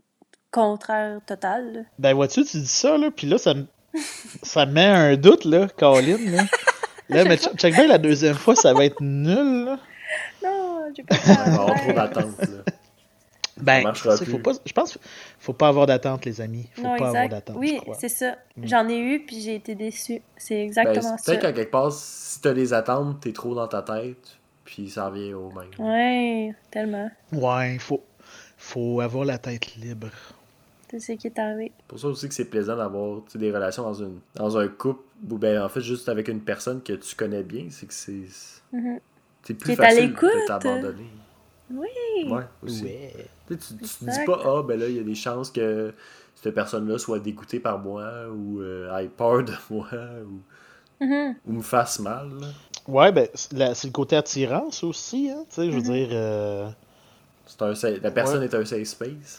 contraire total. là. Ben vois-tu, tu dis ça, là, puis là, ça me ça me met un doute, là, Colin, là. Là, mais check, check bien, la deuxième fois, ça va être nul, là. Non, j'ai pas Il va y avoir peur. trop d'attentes, là. Ben, marchera tu sais, plus. faut pas, je pense faut pas avoir d'attente, les amis. Faut Non, pas avoir exact. d'attente, je Oui, crois. c'est ça. Mm. J'en ai eu, puis j'ai été déçue. C'est Ben, exactement c'est ça. peut-être qu'à quelque part, si t'as des attentes, t'es trop dans ta tête, puis ça revient au même. Ouais, tellement. Ouais, faut, faut avoir la tête libre. C'est ce qui est arrivé. C'est pour ça aussi que c'est plaisant d'avoir tu sais, des relations dans, une, dans un couple, ou ben en fait juste avec une personne que tu connais bien, c'est que c'est Mhm. c'est plus Qui est à facile l'écoute. de t'abandonner. Oui. Ouais, aussi. Ouais. Tu sais, tu, tu te dis Exact. pas, ah ben là, il y a des chances que cette personne-là soit dégoûtée par moi, ou euh, ait peur de moi, ou, Mhm. ou me fasse mal. Là. Ouais, ben, c'est la- c'est le côté attirance aussi, hein, tu sais, je veux Mhm. dire, euh, C'est un, sa- la personne Ouais. est un safe space.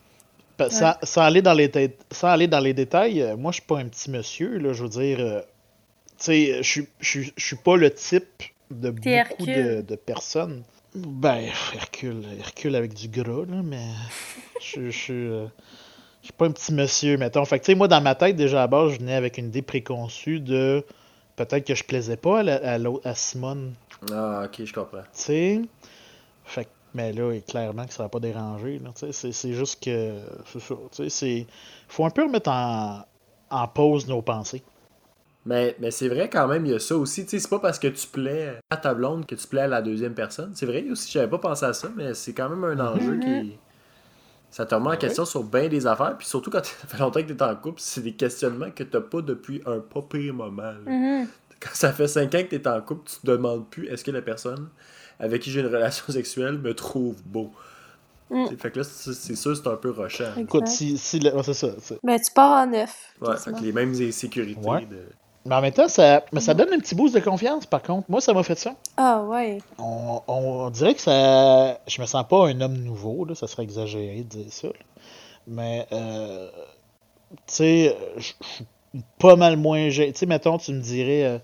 pa- sans, sans aller dans les tê- sans aller dans les détails, euh, moi, je suis pas un petit monsieur, là, je veux dire, euh, tu sais, je suis- je suis je suis pas le type de T'es beaucoup de, Hercule. de personnes. Ben, Hercule, Hercule avec du gras, là, mais je je suis euh, je suis pas un petit monsieur, mettons. Fait que, tu sais, moi, dans ma tête, déjà à base, je venais avec une idée préconçue de peut-être que je plaisais pas à, la- à, l'autre- à Simone, Ah, ok, je comprends. tu sais. Fait que, mais là, il- clairement que ça va pas déranger, là, tu sais. C'est c'est juste que, c'est ça, tu sais, c'est... Faut un peu remettre en, en pause nos pensées. Mais, mais c'est vrai quand même, il y a ça aussi. Tu sais, c'est pas parce que tu plais à ta blonde que tu plais à la deuxième personne. C'est vrai aussi, j'avais pas pensé à ça, mais c'est quand même un enjeu qui. Ça te remet en Ouais. question sur bien des affaires. Puis surtout quand ça fait longtemps que t'es en couple, c'est des questionnements que t'as pas depuis un pas pire moment. là. Mhm. Quand ça fait cinq ans que t'es en couple, tu te demandes plus est-ce que la personne avec qui j'ai une relation sexuelle me trouve beau. Mm. T'sais, Fait que là, c'est c'est sûr, c'est un peu rushant. Écoute, Exact. si, si le- ouais, c'est ça, c'est- Ben, tu pars en neuf. Ouais, fait quasiment. que les mêmes insécurités. Ouais. De... Mais en même temps, ça, mais ça donne un petit boost de confiance, par contre. Moi, ça m'a fait ça. Ah, ouais. On, on- on dirait que ça. Je me sens pas un homme nouveau, là, ça serait exagéré de dire ça. là. Mais, euh, tu sais, je je suis pas mal moins gêné. Tu sais, mettons, tu me dirais, euh,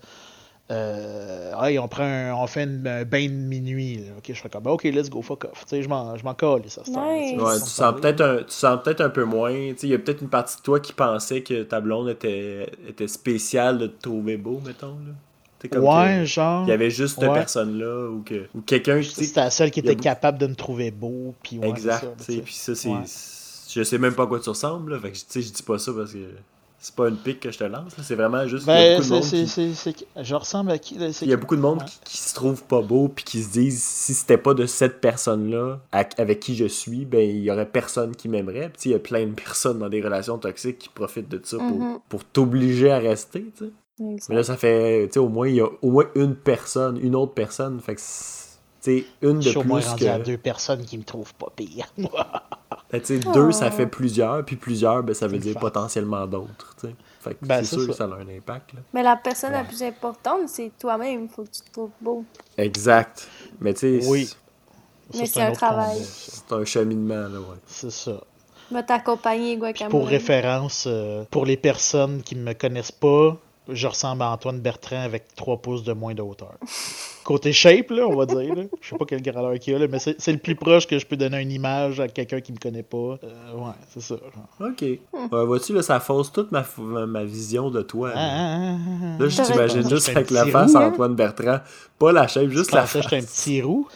euh, hey, on prend un, on fait une- un bain de minuit. Là. Ok, je serais comme, ben, ok, let's go, fuck off. Tu sais, je m'en, je m'en colle, ça. Nice. Ouais, tu sens peut-être un, tu sens peut-être un peu moins. Tu sais, il y a peut-être une partie de toi qui pensait que ta blonde était, était spéciale de te trouver beau, mettons. Là. Tu sais, comme Ouais, que- genre. qu'il y avait juste cette Ouais. personne-là ou que ou quelqu'un. tu sais, C'était la seule qui il y a était beaucoup- capable de me trouver beau. Puis ouais, Exact. c'est ça, tu tu sais, sais. Puis ça, c'est. Ouais. Je sais même pas à quoi tu ressembles. Là, fait que tu sais, je dis pas ça parce que c'est pas une pique que je te lance. là, C'est vraiment juste qu'il y a Ben, beaucoup de c'est, monde c'est, qui. c'est, c'est- je ressemble à qui, là? C'est Il y a qui? beaucoup de monde Ouais. qui, qui se trouve pas beau puis qui se disent si c'était pas de cette personne-là à- avec qui je suis, ben il y aurait personne qui m'aimerait. Puis tu sais, il y a plein de personnes dans des relations toxiques qui profitent de ça pour, Mhm. pour t'obliger à rester, tu sais. Exact. Mais là, ça fait, tu sais, au moins, il y a au moins une personne, une autre personne. Fait que, c'est- tu sais, une Je de suis au moins plus rendu que. à deux personnes qui me trouvent pas pire. Ben, tu sais, Oh. deux, ça fait plusieurs, puis plusieurs, ben, ça veut Une dire farce. potentiellement d'autres, tu sais. Fait que Ben, c'est c'est sûr ça. que ça a un impact, là. Mais la personne la Ouais. plus importante, c'est toi-même. Faut que tu te trouves beau. Exact. Mais tu sais, Oui. c'est- Mais Ça, c'est un autre travail. combat, ça. c'est un cheminement, là, ouais. C'est ça. Va t'accompagner, Puis Guacamole. pour référence, euh, pour les personnes qui me connaissent pas, je ressemble à Antoine Bertrand avec trois pouces de moins de hauteur. Côté shape, là, on va dire. Là. Je sais pas quelle grandeur qu'il y a, là, mais c'est, c'est le plus proche que je peux donner une image à quelqu'un qui me connaît pas. Euh, ouais, c'est ça. genre. Ok. Ouais, vois-tu, là, ça fausse toute ma, ma, ma vision de toi. Ah, Là, ah, ah, Là, je T'aurais- t'imagine Je juste suis un avec la petit face roux, à hein? Antoine Bertrand. Pas la shape, juste Je la pensais que face. j'étais un petit roux.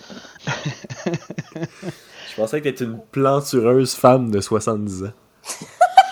Je pensais que t'étais une plantureuse femme de soixante-dix ans.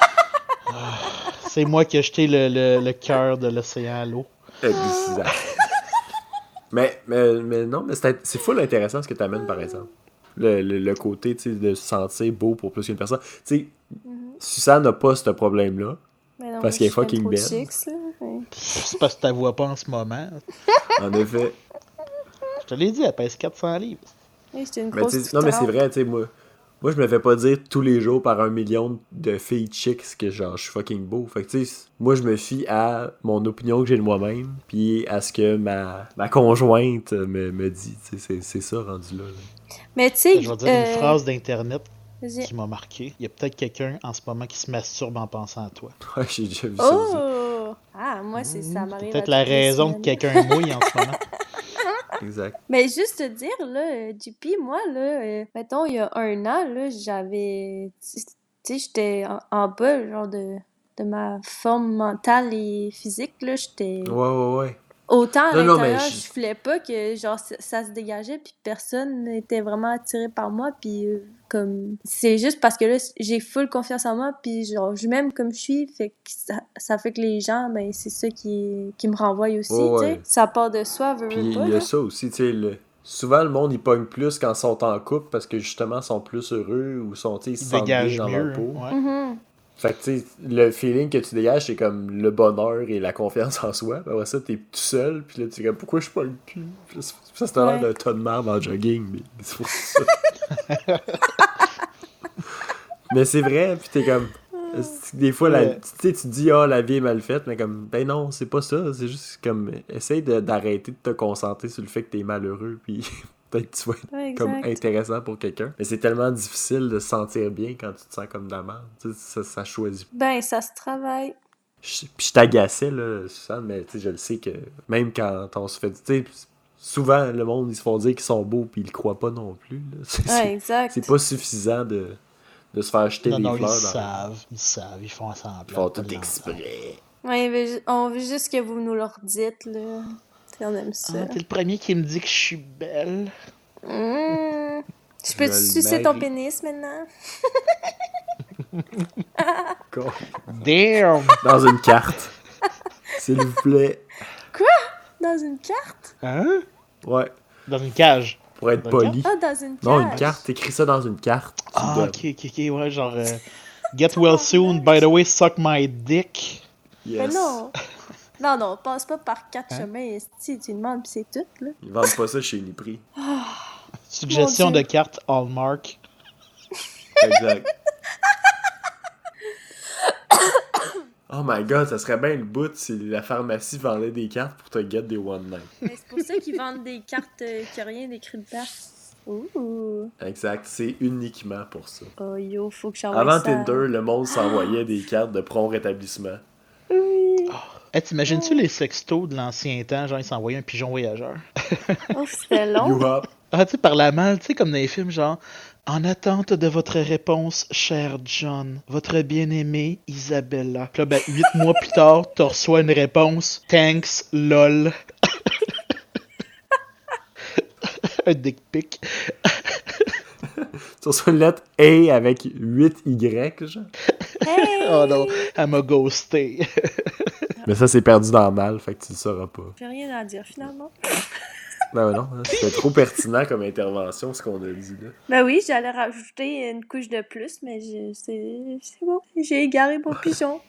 C'est moi qui ai jeté le, le, le cœur de l'océan à l'eau. Exact. mais, mais, mais non, mais c'est, c'est full intéressant ce que tu amènes, par exemple. Le, le, le côté, tu sais, de se sentir beau pour plus qu'une personne. Tu sais, Suzanne n'a pas ce problème-là. Mais non, parce mais qu'elle est je suis fucking trop belle. chicks, là. Ouais. C'est parce que tu la vois pas en ce moment. En effet. Je te l'ai dit, elle pèse quatre cents livres. Oui, c'est une Mais grosse tu sais, non, mais c'est trempe. vrai, tu sais, moi, moi, je me fais pas dire tous les jours par un million de filles chicks que genre, je suis fucking beau. Fait que, tu sais, moi, je me fie à mon opinion que j'ai de moi-même, puis à ce que ma, ma conjointe me, me dit. Tu sais, c'est, c'est ça rendu là. là. Mais tu sais, Je vais dire euh, une phrase d'internet vas-y. qui m'a marqué. Il y a peut-être quelqu'un en ce moment qui se masturbe en pensant à toi. Ouais, j'ai déjà vu ça aussi. Oh! Ah, moi, c'est ça C'est m'arrive peut-être à la toutes les raison que semaines. quelqu'un mouille en ce moment. Exact. Mais juste te dire, là, euh, J P, moi, là, euh, mettons, il y a un an, là, j'avais... Tu sais, j'étais en, en bas, genre, de, de ma forme mentale et physique, là, j'étais... Ouais, ouais, ouais. Autant à Non, non, mais l'intérieur, je- je voulais pas que, genre, ça, ça se dégageait, puis personne n'était vraiment attiré par moi, puis euh, comme... C'est juste parce que là, j'ai full confiance en moi, puis genre, je m'aime comme je suis, fait que ça, ça fait que les gens, ben, c'est ça qui, qui me renvoie aussi, Ouais, tu sais. ouais. Ça part de soi, veut, Puis veut pas, il y a là. ça aussi, tu sais, le... souvent le monde, ils pognent plus quand ils sont en couple parce que justement, ils sont plus heureux ou sont, tu sais, ils se Il sentent bien dégage dans mieux. leur peau. Ouais. Mhm. Fait que, tu sais, le feeling que tu dégages, c'est comme le bonheur et la confiance en soi. Puis après ça, t'es tout seul, puis là, tu es comme, pourquoi je suis pas le cul? Puis là, ça, c'est l'air Ouais. d'un tas de merde en jogging, mais c'est pour ça. Mais c'est vrai, puis t'es comme... Des fois, la- Ouais. tu sais, tu te dis, ah, la vie est mal faite, mais comme, ben non, c'est pas ça. C'est juste comme, essaye de- d'arrêter de te concentrer sur le fait que t'es malheureux, puis peut-être que tu vas être Ouais, comme exact. intéressant pour quelqu'un. Mais c'est tellement difficile de se sentir bien quand tu te sens comme de la merde. Tu sais, ça, ça choisit. Ben, ça se travaille. Je- Puis je t'agaçais, là, Suzanne, mais tu sais, je le sais que même quand on se fait... Tu sais, souvent, le monde, ils se font dire qu'ils sont beaux puis ils le croient pas non plus. Là. C'est, Ouais, c'est, exact. c'est pas suffisant de, de se faire jeter Non, des non, fleurs. ils dans... savent, ils savent, ils font semblant. Ils font pas tout de exprès. Ouais, mais ju- on veut juste que vous nous leur dites, là. T'sais, on aime ça. Ah, t'es le premier qui me dit que je suis belle. Mmh. Je peux te Je le sucer ton marie. pénis maintenant? Con. Damn! Dans une carte. S'il vous plaît. Dans une carte? Hein? Ouais. Dans une cage. Pour être Dans poli. Ah, dans une carte? Non, une carte. T'écris ça dans une carte. tu le Ah, donnes. ok, ok, ok, ouais, genre... euh, Get well soon, by the way, suck my dick. Mais Yes. non! Non, non, passe pas par quatre Hein? chemins, si tu demandes pis c'est tout, là. Ils vendent pas ça chez Uniprix. Suggestion Mon de Dieu. carte Hallmark. Exact. Oh my god, ça serait bien le bout si la pharmacie vendait des cartes pour te get des one night. Mais c'est pour ça qu'ils vendent des cartes euh, qui n'ont rien d'écrit dedans. Ouh! Exact, c'est uniquement pour ça. Oh yo, faut que j'envoie Avant ça. Tinder, le monde s'envoyait des cartes de prompt rétablissement. Oui! Hey, t'imagines-tu les sextos de l'ancien temps? Genre, ils s'envoyaient un pigeon voyageur. Oh, c'était long! You up? Ah, tu sais, par la malle, tu sais, comme dans les films, genre... En attente de votre réponse, cher John, votre bien-aimée Isabella. Puis là, ben, huit mois plus tard, tu reçois une réponse. Thanks, lol. Un dick pic. Tu reçois une lettre A avec huit Y, genre. Hey! Oh non, elle m'a ghosté. Mais ça, c'est perdu dans le mal, fait que tu le sauras pas. J'ai rien à dire finalement. Ben ouais, non, hein, c'était trop pertinent comme intervention, ce qu'on a dit, là. Ben oui, j'allais rajouter une couche de plus, mais je- c'est c'est bon. J'ai égaré mon pigeon.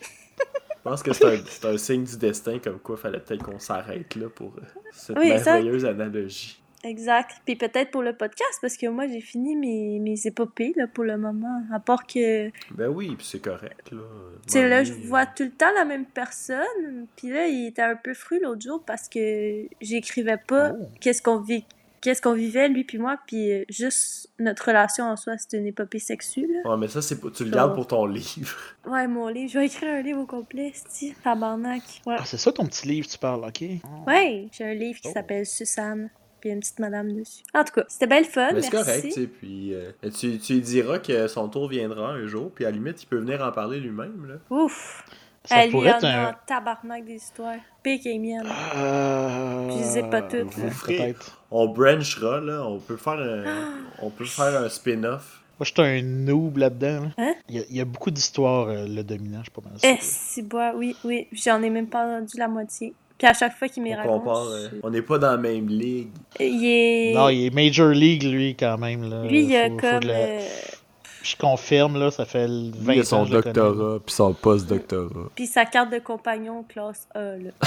Je pense que c'est un, c'est un signe du destin, comme quoi fallait peut-être qu'on s'arrête là pour euh, cette Oui, ça- merveilleuse analogie. Exact. Puis peut-être pour le podcast, parce que moi, j'ai fini mes, mes épopées là, pour le moment. À part que, tu Ben oui, puis c'est correct, là. sais, là, je M'ennuie, vois euh, tout le temps la même personne. Puis là, il était un peu fru l'autre jour parce que j'écrivais pas Oh. qu'est-ce qu'on vit. Qu'est-ce qu'on vivait, lui puis moi, puis euh, juste notre relation en soi, c'était une épopée sexuelle. là. Ouais, mais ça, c'est pour- tu le gardes pour ton livre. Ouais, mon livre. Je vais écrire un livre au complet, c'ti. Tabarnak. Ouais. Ah, c'est ça ton petit livre, tu parles, ok? Ouais, j'ai un livre qui Oh. s'appelle Suzanne, puis une petite madame dessus. En tout cas, c'était bien le fun, Mais c'est merci. correct, tu sais, puis euh, tu, tu lui diras que son tour viendra un jour, puis à la limite, il peut venir en parler lui-même, là. Ouf! Ça Elle lui pourrait en être a un... en tabarnak des histoires. Pire que les miennes. Euh... Je les ai pas toutes, Vous là. ferez- Peut-être. On branchera, là, on peut faire un, Ah! on peut faire un spin-off. Moi, je suis un noob là-dedans. là. Hein? Il y, a, il y a beaucoup d'histoires, euh, le dominant, je suis pas mal Eh, sûr. si bois, oui, oui. J'en ai même pas entendu la moitié. Puis à chaque fois qu'il m'y On raconte, compare, euh, je- on n'est pas dans la même ligue. il est... Non, il est Major League, lui, quand même. Là. Lui, il a Faut- faut comme... de la- euh, Je confirme, là, ça fait vingt Lui, il a ans son que je le connais. doctorat, puis son post-doctorat. Puis sa carte de compagnon classe A, là.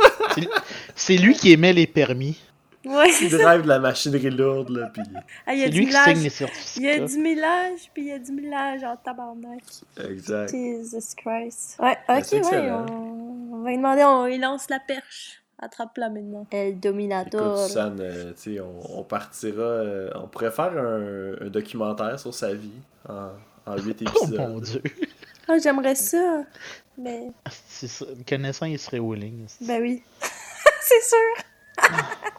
C'est lui qui émet les permis. Ouais, Il c'est ça. drive de la machinerie lourde, là, puis... Ah, il y a C'est du lui qui signe les millage. Il y a certificats. du millage, puis il y a du millage en tabarnak. Exact. Jesus Christ. Ouais, Ben, ok, c'est ouais, excellent. on... on va lui demander, on il lance la perche. Attrape-la maintenant. El Écoute, Dominator. Suzanne, euh, tu sais, on, on partira... euh, on pourrait faire un, un documentaire sur sa vie en, en huit Oh épisodes. mon dieu. Ah, j'aimerais ça. Mais, C'est ça. Me connaissant, il serait willing. ben oui. C'est sûr.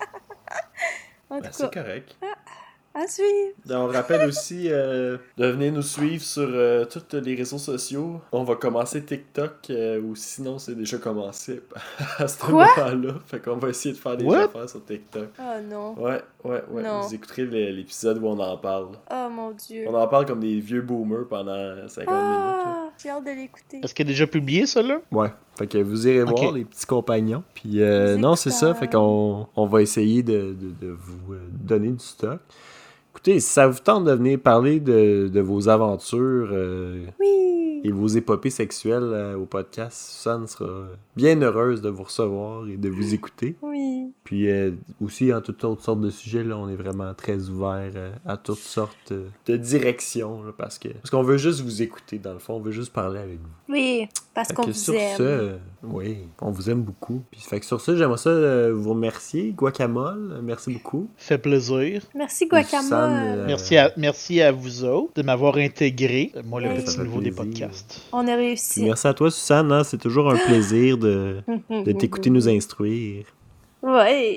En Ben, tout c'est cas, correct. à suivre. On rappelle aussi euh, de venir nous suivre sur euh, tous les réseaux sociaux. On va commencer TikTok, euh, ou sinon c'est déjà commencé à ce Quoi? moment-là. Fait qu'on va essayer de faire des What? affaires sur TikTok. Oh non. Ouais, ouais, ouais. Non. Vous écouterez le- l'épisode où on en parle. Oh mon dieu. On en parle comme des vieux boomers pendant cinquante minutes. là. Ah, j'ai hâte de l'écouter. Est-ce qu'il a déjà publié, ça, là? Ouais. Fait que vous irez Ok. voir les petits compagnons. Puis euh, Les non, c'est ça. écouteurs. Fait qu'on on va essayer de, de, de vous euh, donner du stock. Écoutez, si ça vous tente de venir parler de, de vos aventures euh, Oui. et vos épopées sexuelles euh, au podcast, Suzanne sera bien heureuse de vous recevoir et de vous écouter. Oui. Puis euh, aussi, en toutes autres sortes de sujets, là, on est vraiment très ouvert euh, à toutes sortes euh, de directions. Là, parce que parce qu'on veut juste vous écouter, dans le fond. On veut juste parler avec vous. Oui, parce Fait qu'on que vous sur aime. ça, euh, oui, on vous aime beaucoup. Puis fait que sur ça, j'aimerais ça euh, vous remercier. Guacamole, euh, merci beaucoup. Fait plaisir. Merci, Suzanne, Guacamole. euh, Merci à, merci à vous autres de m'avoir intégré. Moi, le Oui. petit Ça fait niveau des plaisir. podcasts. On a Puis réussi. merci à toi, Suzanne. Hein, c'est toujours un plaisir de, de t'écouter nous instruire. Ouais.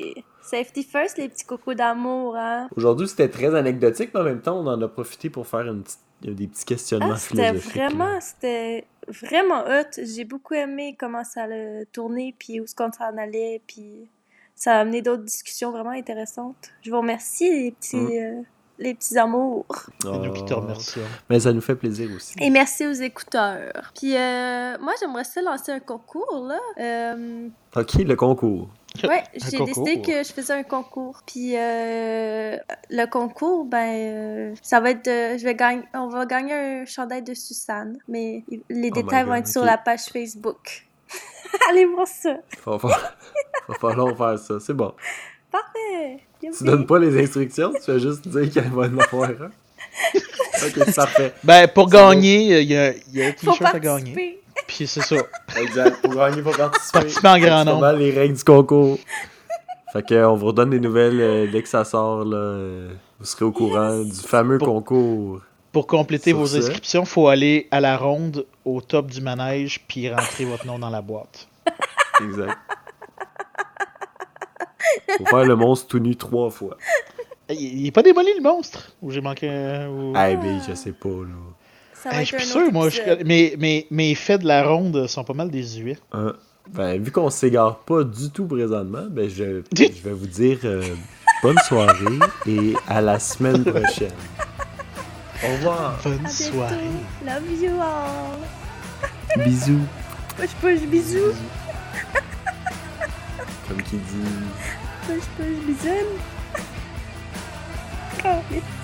Safety first, les petits cocos d'amour, hein? Aujourd'hui, c'était très anecdotique, mais en même temps, on en a profité pour faire une petite, des petits questionnements Ah, c'était philosophiques. vraiment, là. c'était vraiment hot. J'ai beaucoup aimé comment ça a tourné, puis où est-ce qu'on s'en allait, puis ça a amené d'autres discussions vraiment intéressantes. Je vous remercie, les petits, Mm. euh, les petits amours. C'est nous qui te Oh. remercions. Mais ça nous fait plaisir aussi. Et merci aux écouteurs. Puis euh, moi, j'aimerais ça lancer un concours, là. Euh, Ok, le concours. ouais, Un j'ai concours. décidé que je faisais un concours. Puis euh, le concours, ben, euh, ça va être de, je vais gagner, on va gagner un chandail de Suzanne. Mais les Oh détails my vont God, être sur ok. la page Facebook. Allez voir ça. Va falloir, va falloir faire ça. C'est bon. Parfait. Tu donnes pas les instructions, tu fais juste dire qu'elle va en avoir un. Ok, ça fait. Ben, pour C'est gagner, il y a, il y a un Faut t-shirt à gagner. participer. Puis c'est ça. Exact. Pour gagner, faut participer. Participer en grand C'est pas nombre. mal les règles du concours. Fait que, on vous redonne des nouvelles euh, dès que ça sort. Là, euh, vous serez au courant du fameux Pour- concours. Pour compléter Sur vos ça. inscriptions, il faut aller à la ronde au top du manège puis rentrer votre nom dans la boîte. Exact. Faut faire le monstre tout nu trois fois. Il n'est pas démoli le monstre? Ou j'ai manqué un. Ou... Ah, ben, je sais pas, là. Ça va Hey, être je un suis autre sûr, moi. Je... épisode. Mes, mes, mes faits de la ronde sont pas mal désuets. Euh, ben, vu qu'on s'égare pas du tout présentement, ben, je, je vais vous dire euh, bonne soirée et à la semaine prochaine. Au revoir. Bonne À bientôt. soirée. Love you all. Bisous. Push push bisous. Comme qui dit. Push push bisous. Oh,